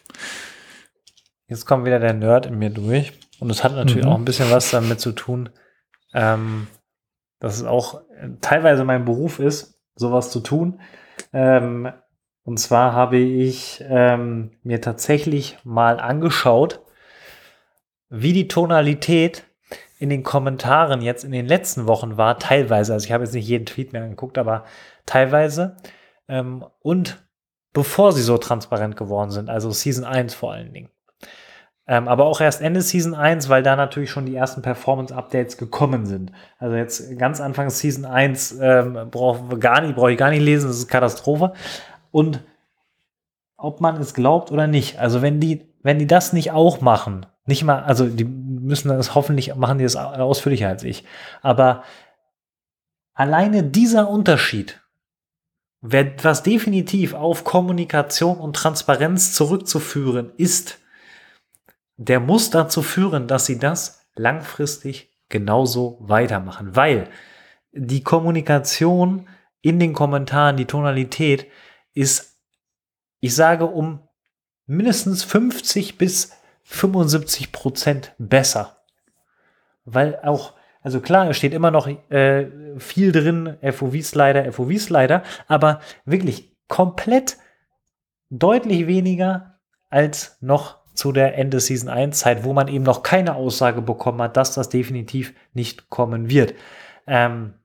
Jetzt kommt wieder der Nerd in mir durch. Und es hat natürlich Mhm. auch ein bisschen was damit zu tun, ähm, dass es auch teilweise mein Beruf ist, sowas zu tun. Ähm, und zwar habe ich ähm, mir tatsächlich mal angeschaut, wie die Tonalität in den Kommentaren jetzt in den letzten Wochen war, teilweise. Also ich habe jetzt nicht jeden Tweet mehr angeguckt, aber teilweise. Ähm, und bevor sie so transparent geworden sind, also Season eins vor allen Dingen. Ähm, aber auch erst Ende Season eins, weil da natürlich schon die ersten Performance-Updates gekommen sind. Also jetzt ganz Anfang Season eins ähm, brauche gar nicht, brauche ich gar nicht lesen, das ist Katastrophe. Und ob man es glaubt oder nicht, also wenn die, wenn die das nicht auch machen, nicht mal, also die müssen das hoffentlich, machen die das ausführlicher als ich, aber alleine dieser Unterschied, was definitiv auf Kommunikation und Transparenz zurückzuführen ist, der muss dazu führen, dass sie das langfristig genauso weitermachen, weil die Kommunikation in den Kommentaren, die Tonalität ist, ich sage, um mindestens fünfzig bis fünfundsiebzig Prozent besser. Weil auch, also klar, es steht immer noch äh, viel drin, F O V-Slider, F O V-Slider, aber wirklich komplett deutlich weniger als noch zu der Ende Season eins Zeit, wo man eben noch keine Aussage bekommen hat, dass das definitiv nicht kommen wird. Ähm,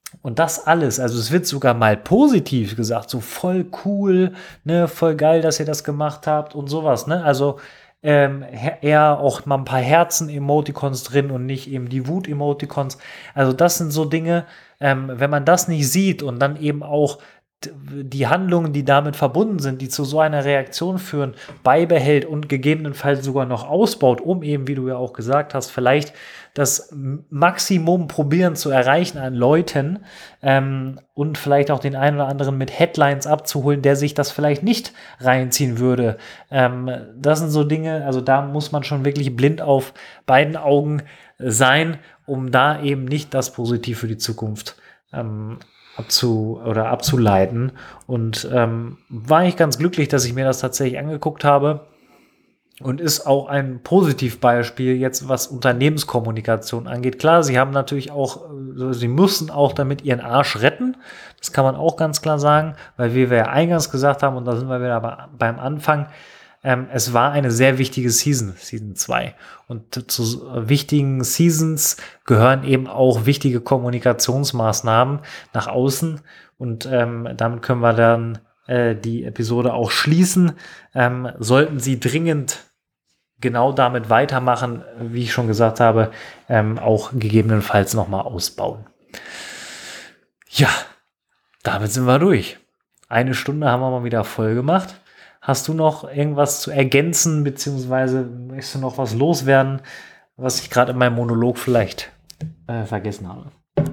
Und das alles, also es wird sogar mal positiv gesagt, so voll cool, ne, voll geil, dass ihr das gemacht habt und sowas, ne, also ähm, eher auch mal ein paar Herzen-Emoticons drin und nicht eben die Wut-Emoticons, also das sind so Dinge, ähm, wenn man das nicht sieht und dann eben auch die Handlungen, die damit verbunden sind, die zu so einer Reaktion führen, beibehält und gegebenenfalls sogar noch ausbaut, um eben, wie du ja auch gesagt hast, vielleicht das Maximum probieren zu erreichen an Leuten ähm, und vielleicht auch den einen oder anderen mit Headlines abzuholen, der sich das vielleicht nicht reinziehen würde. Ähm, das sind so Dinge, also da muss man schon wirklich blind auf beiden Augen sein, um da eben nicht das Positiv für die Zukunft ähm, abzu oder abzuleiten. Und ähm, war ich ganz glücklich, dass ich mir das tatsächlich angeguckt habe. Und ist auch ein Positivbeispiel jetzt, was Unternehmenskommunikation angeht. Klar, sie haben natürlich auch, sie müssen auch damit ihren Arsch retten. Das kann man auch ganz klar sagen, weil wie wir ja eingangs gesagt haben, und da sind wir wieder beim Anfang, ähm, es war eine sehr wichtige Season, Season zwei. Und zu wichtigen Seasons gehören eben auch wichtige Kommunikationsmaßnahmen nach außen. Und ähm, damit können wir dann die Episode auch schließen. Ähm, sollten Sie dringend genau damit weitermachen, wie ich schon gesagt habe, ähm, auch gegebenenfalls nochmal ausbauen. Ja, damit sind wir durch. Eine Stunde haben wir mal wieder voll gemacht. Hast du noch irgendwas zu ergänzen, beziehungsweise möchtest du noch was loswerden, was ich gerade in meinem Monolog vielleicht äh, vergessen habe?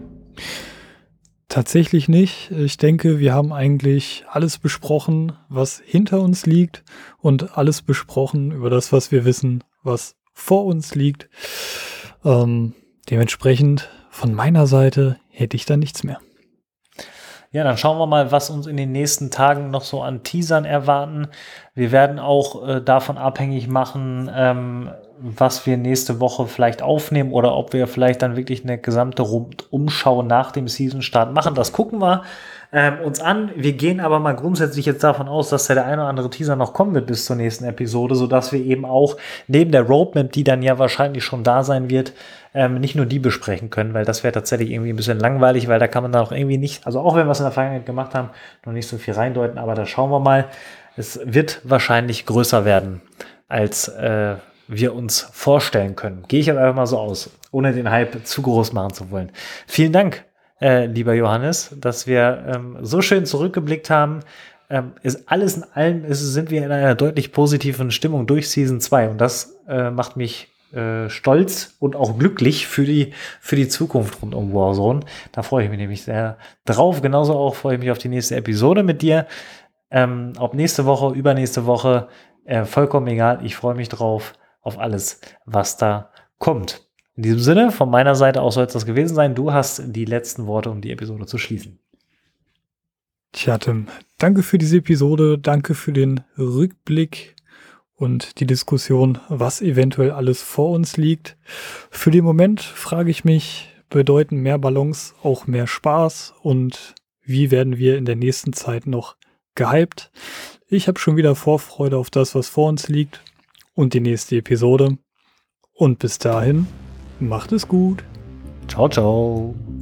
Tatsächlich nicht. Ich denke, wir haben eigentlich alles besprochen, was hinter uns liegt und alles besprochen über das, was wir wissen, was vor uns liegt. Ähm, dementsprechend von meiner Seite hätte ich da nichts mehr. Ja, dann schauen wir mal, was uns in den nächsten Tagen noch so an Teasern erwarten. Wir werden auch äh, davon abhängig machen, ähm, was wir nächste Woche vielleicht aufnehmen oder ob wir vielleicht dann wirklich eine gesamte Rundumschau nach dem Season-Start machen. Das gucken wir ähm, uns an. Wir gehen aber mal grundsätzlich jetzt davon aus, dass da der eine oder andere Teaser noch kommen wird bis zur nächsten Episode, sodass wir eben auch neben der Roadmap, die dann ja wahrscheinlich schon da sein wird, ähm, nicht nur die besprechen können, weil das wäre tatsächlich irgendwie ein bisschen langweilig, weil da kann man dann auch irgendwie nicht, also auch wenn wir es in der Vergangenheit gemacht haben, noch nicht so viel reindeuten, aber da schauen wir mal. Es wird wahrscheinlich größer werden, als äh, wir uns vorstellen können. Gehe ich aber einfach mal so aus, ohne den Hype zu groß machen zu wollen. Vielen Dank, äh, lieber Johannes, dass wir ähm, so schön zurückgeblickt haben. Ähm, ist alles in allem ist, sind wir in einer deutlich positiven Stimmung durch Season zwei und das äh, macht mich äh, stolz und auch glücklich für die, für die Zukunft rund um Warzone. Da freue ich mich nämlich sehr drauf. Genauso auch freue ich mich auf die nächste Episode mit dir. Ähm, ob nächste Woche, übernächste Woche, äh, vollkommen egal. Ich freue mich drauf, auf alles, was da kommt. In diesem Sinne, von meiner Seite aus soll es das gewesen sein. Du hast die letzten Worte, um die Episode zu schließen. Tja, Tim, danke für diese Episode, danke für den Rückblick und die Diskussion, was eventuell alles vor uns liegt. Für den Moment frage ich mich, bedeuten mehr Balance auch mehr Spaß und wie werden wir in der nächsten Zeit noch gehypt? Ich habe schon wieder Vorfreude auf das, was vor uns liegt und die nächste Episode. Und bis dahin, macht es gut. Ciao, ciao.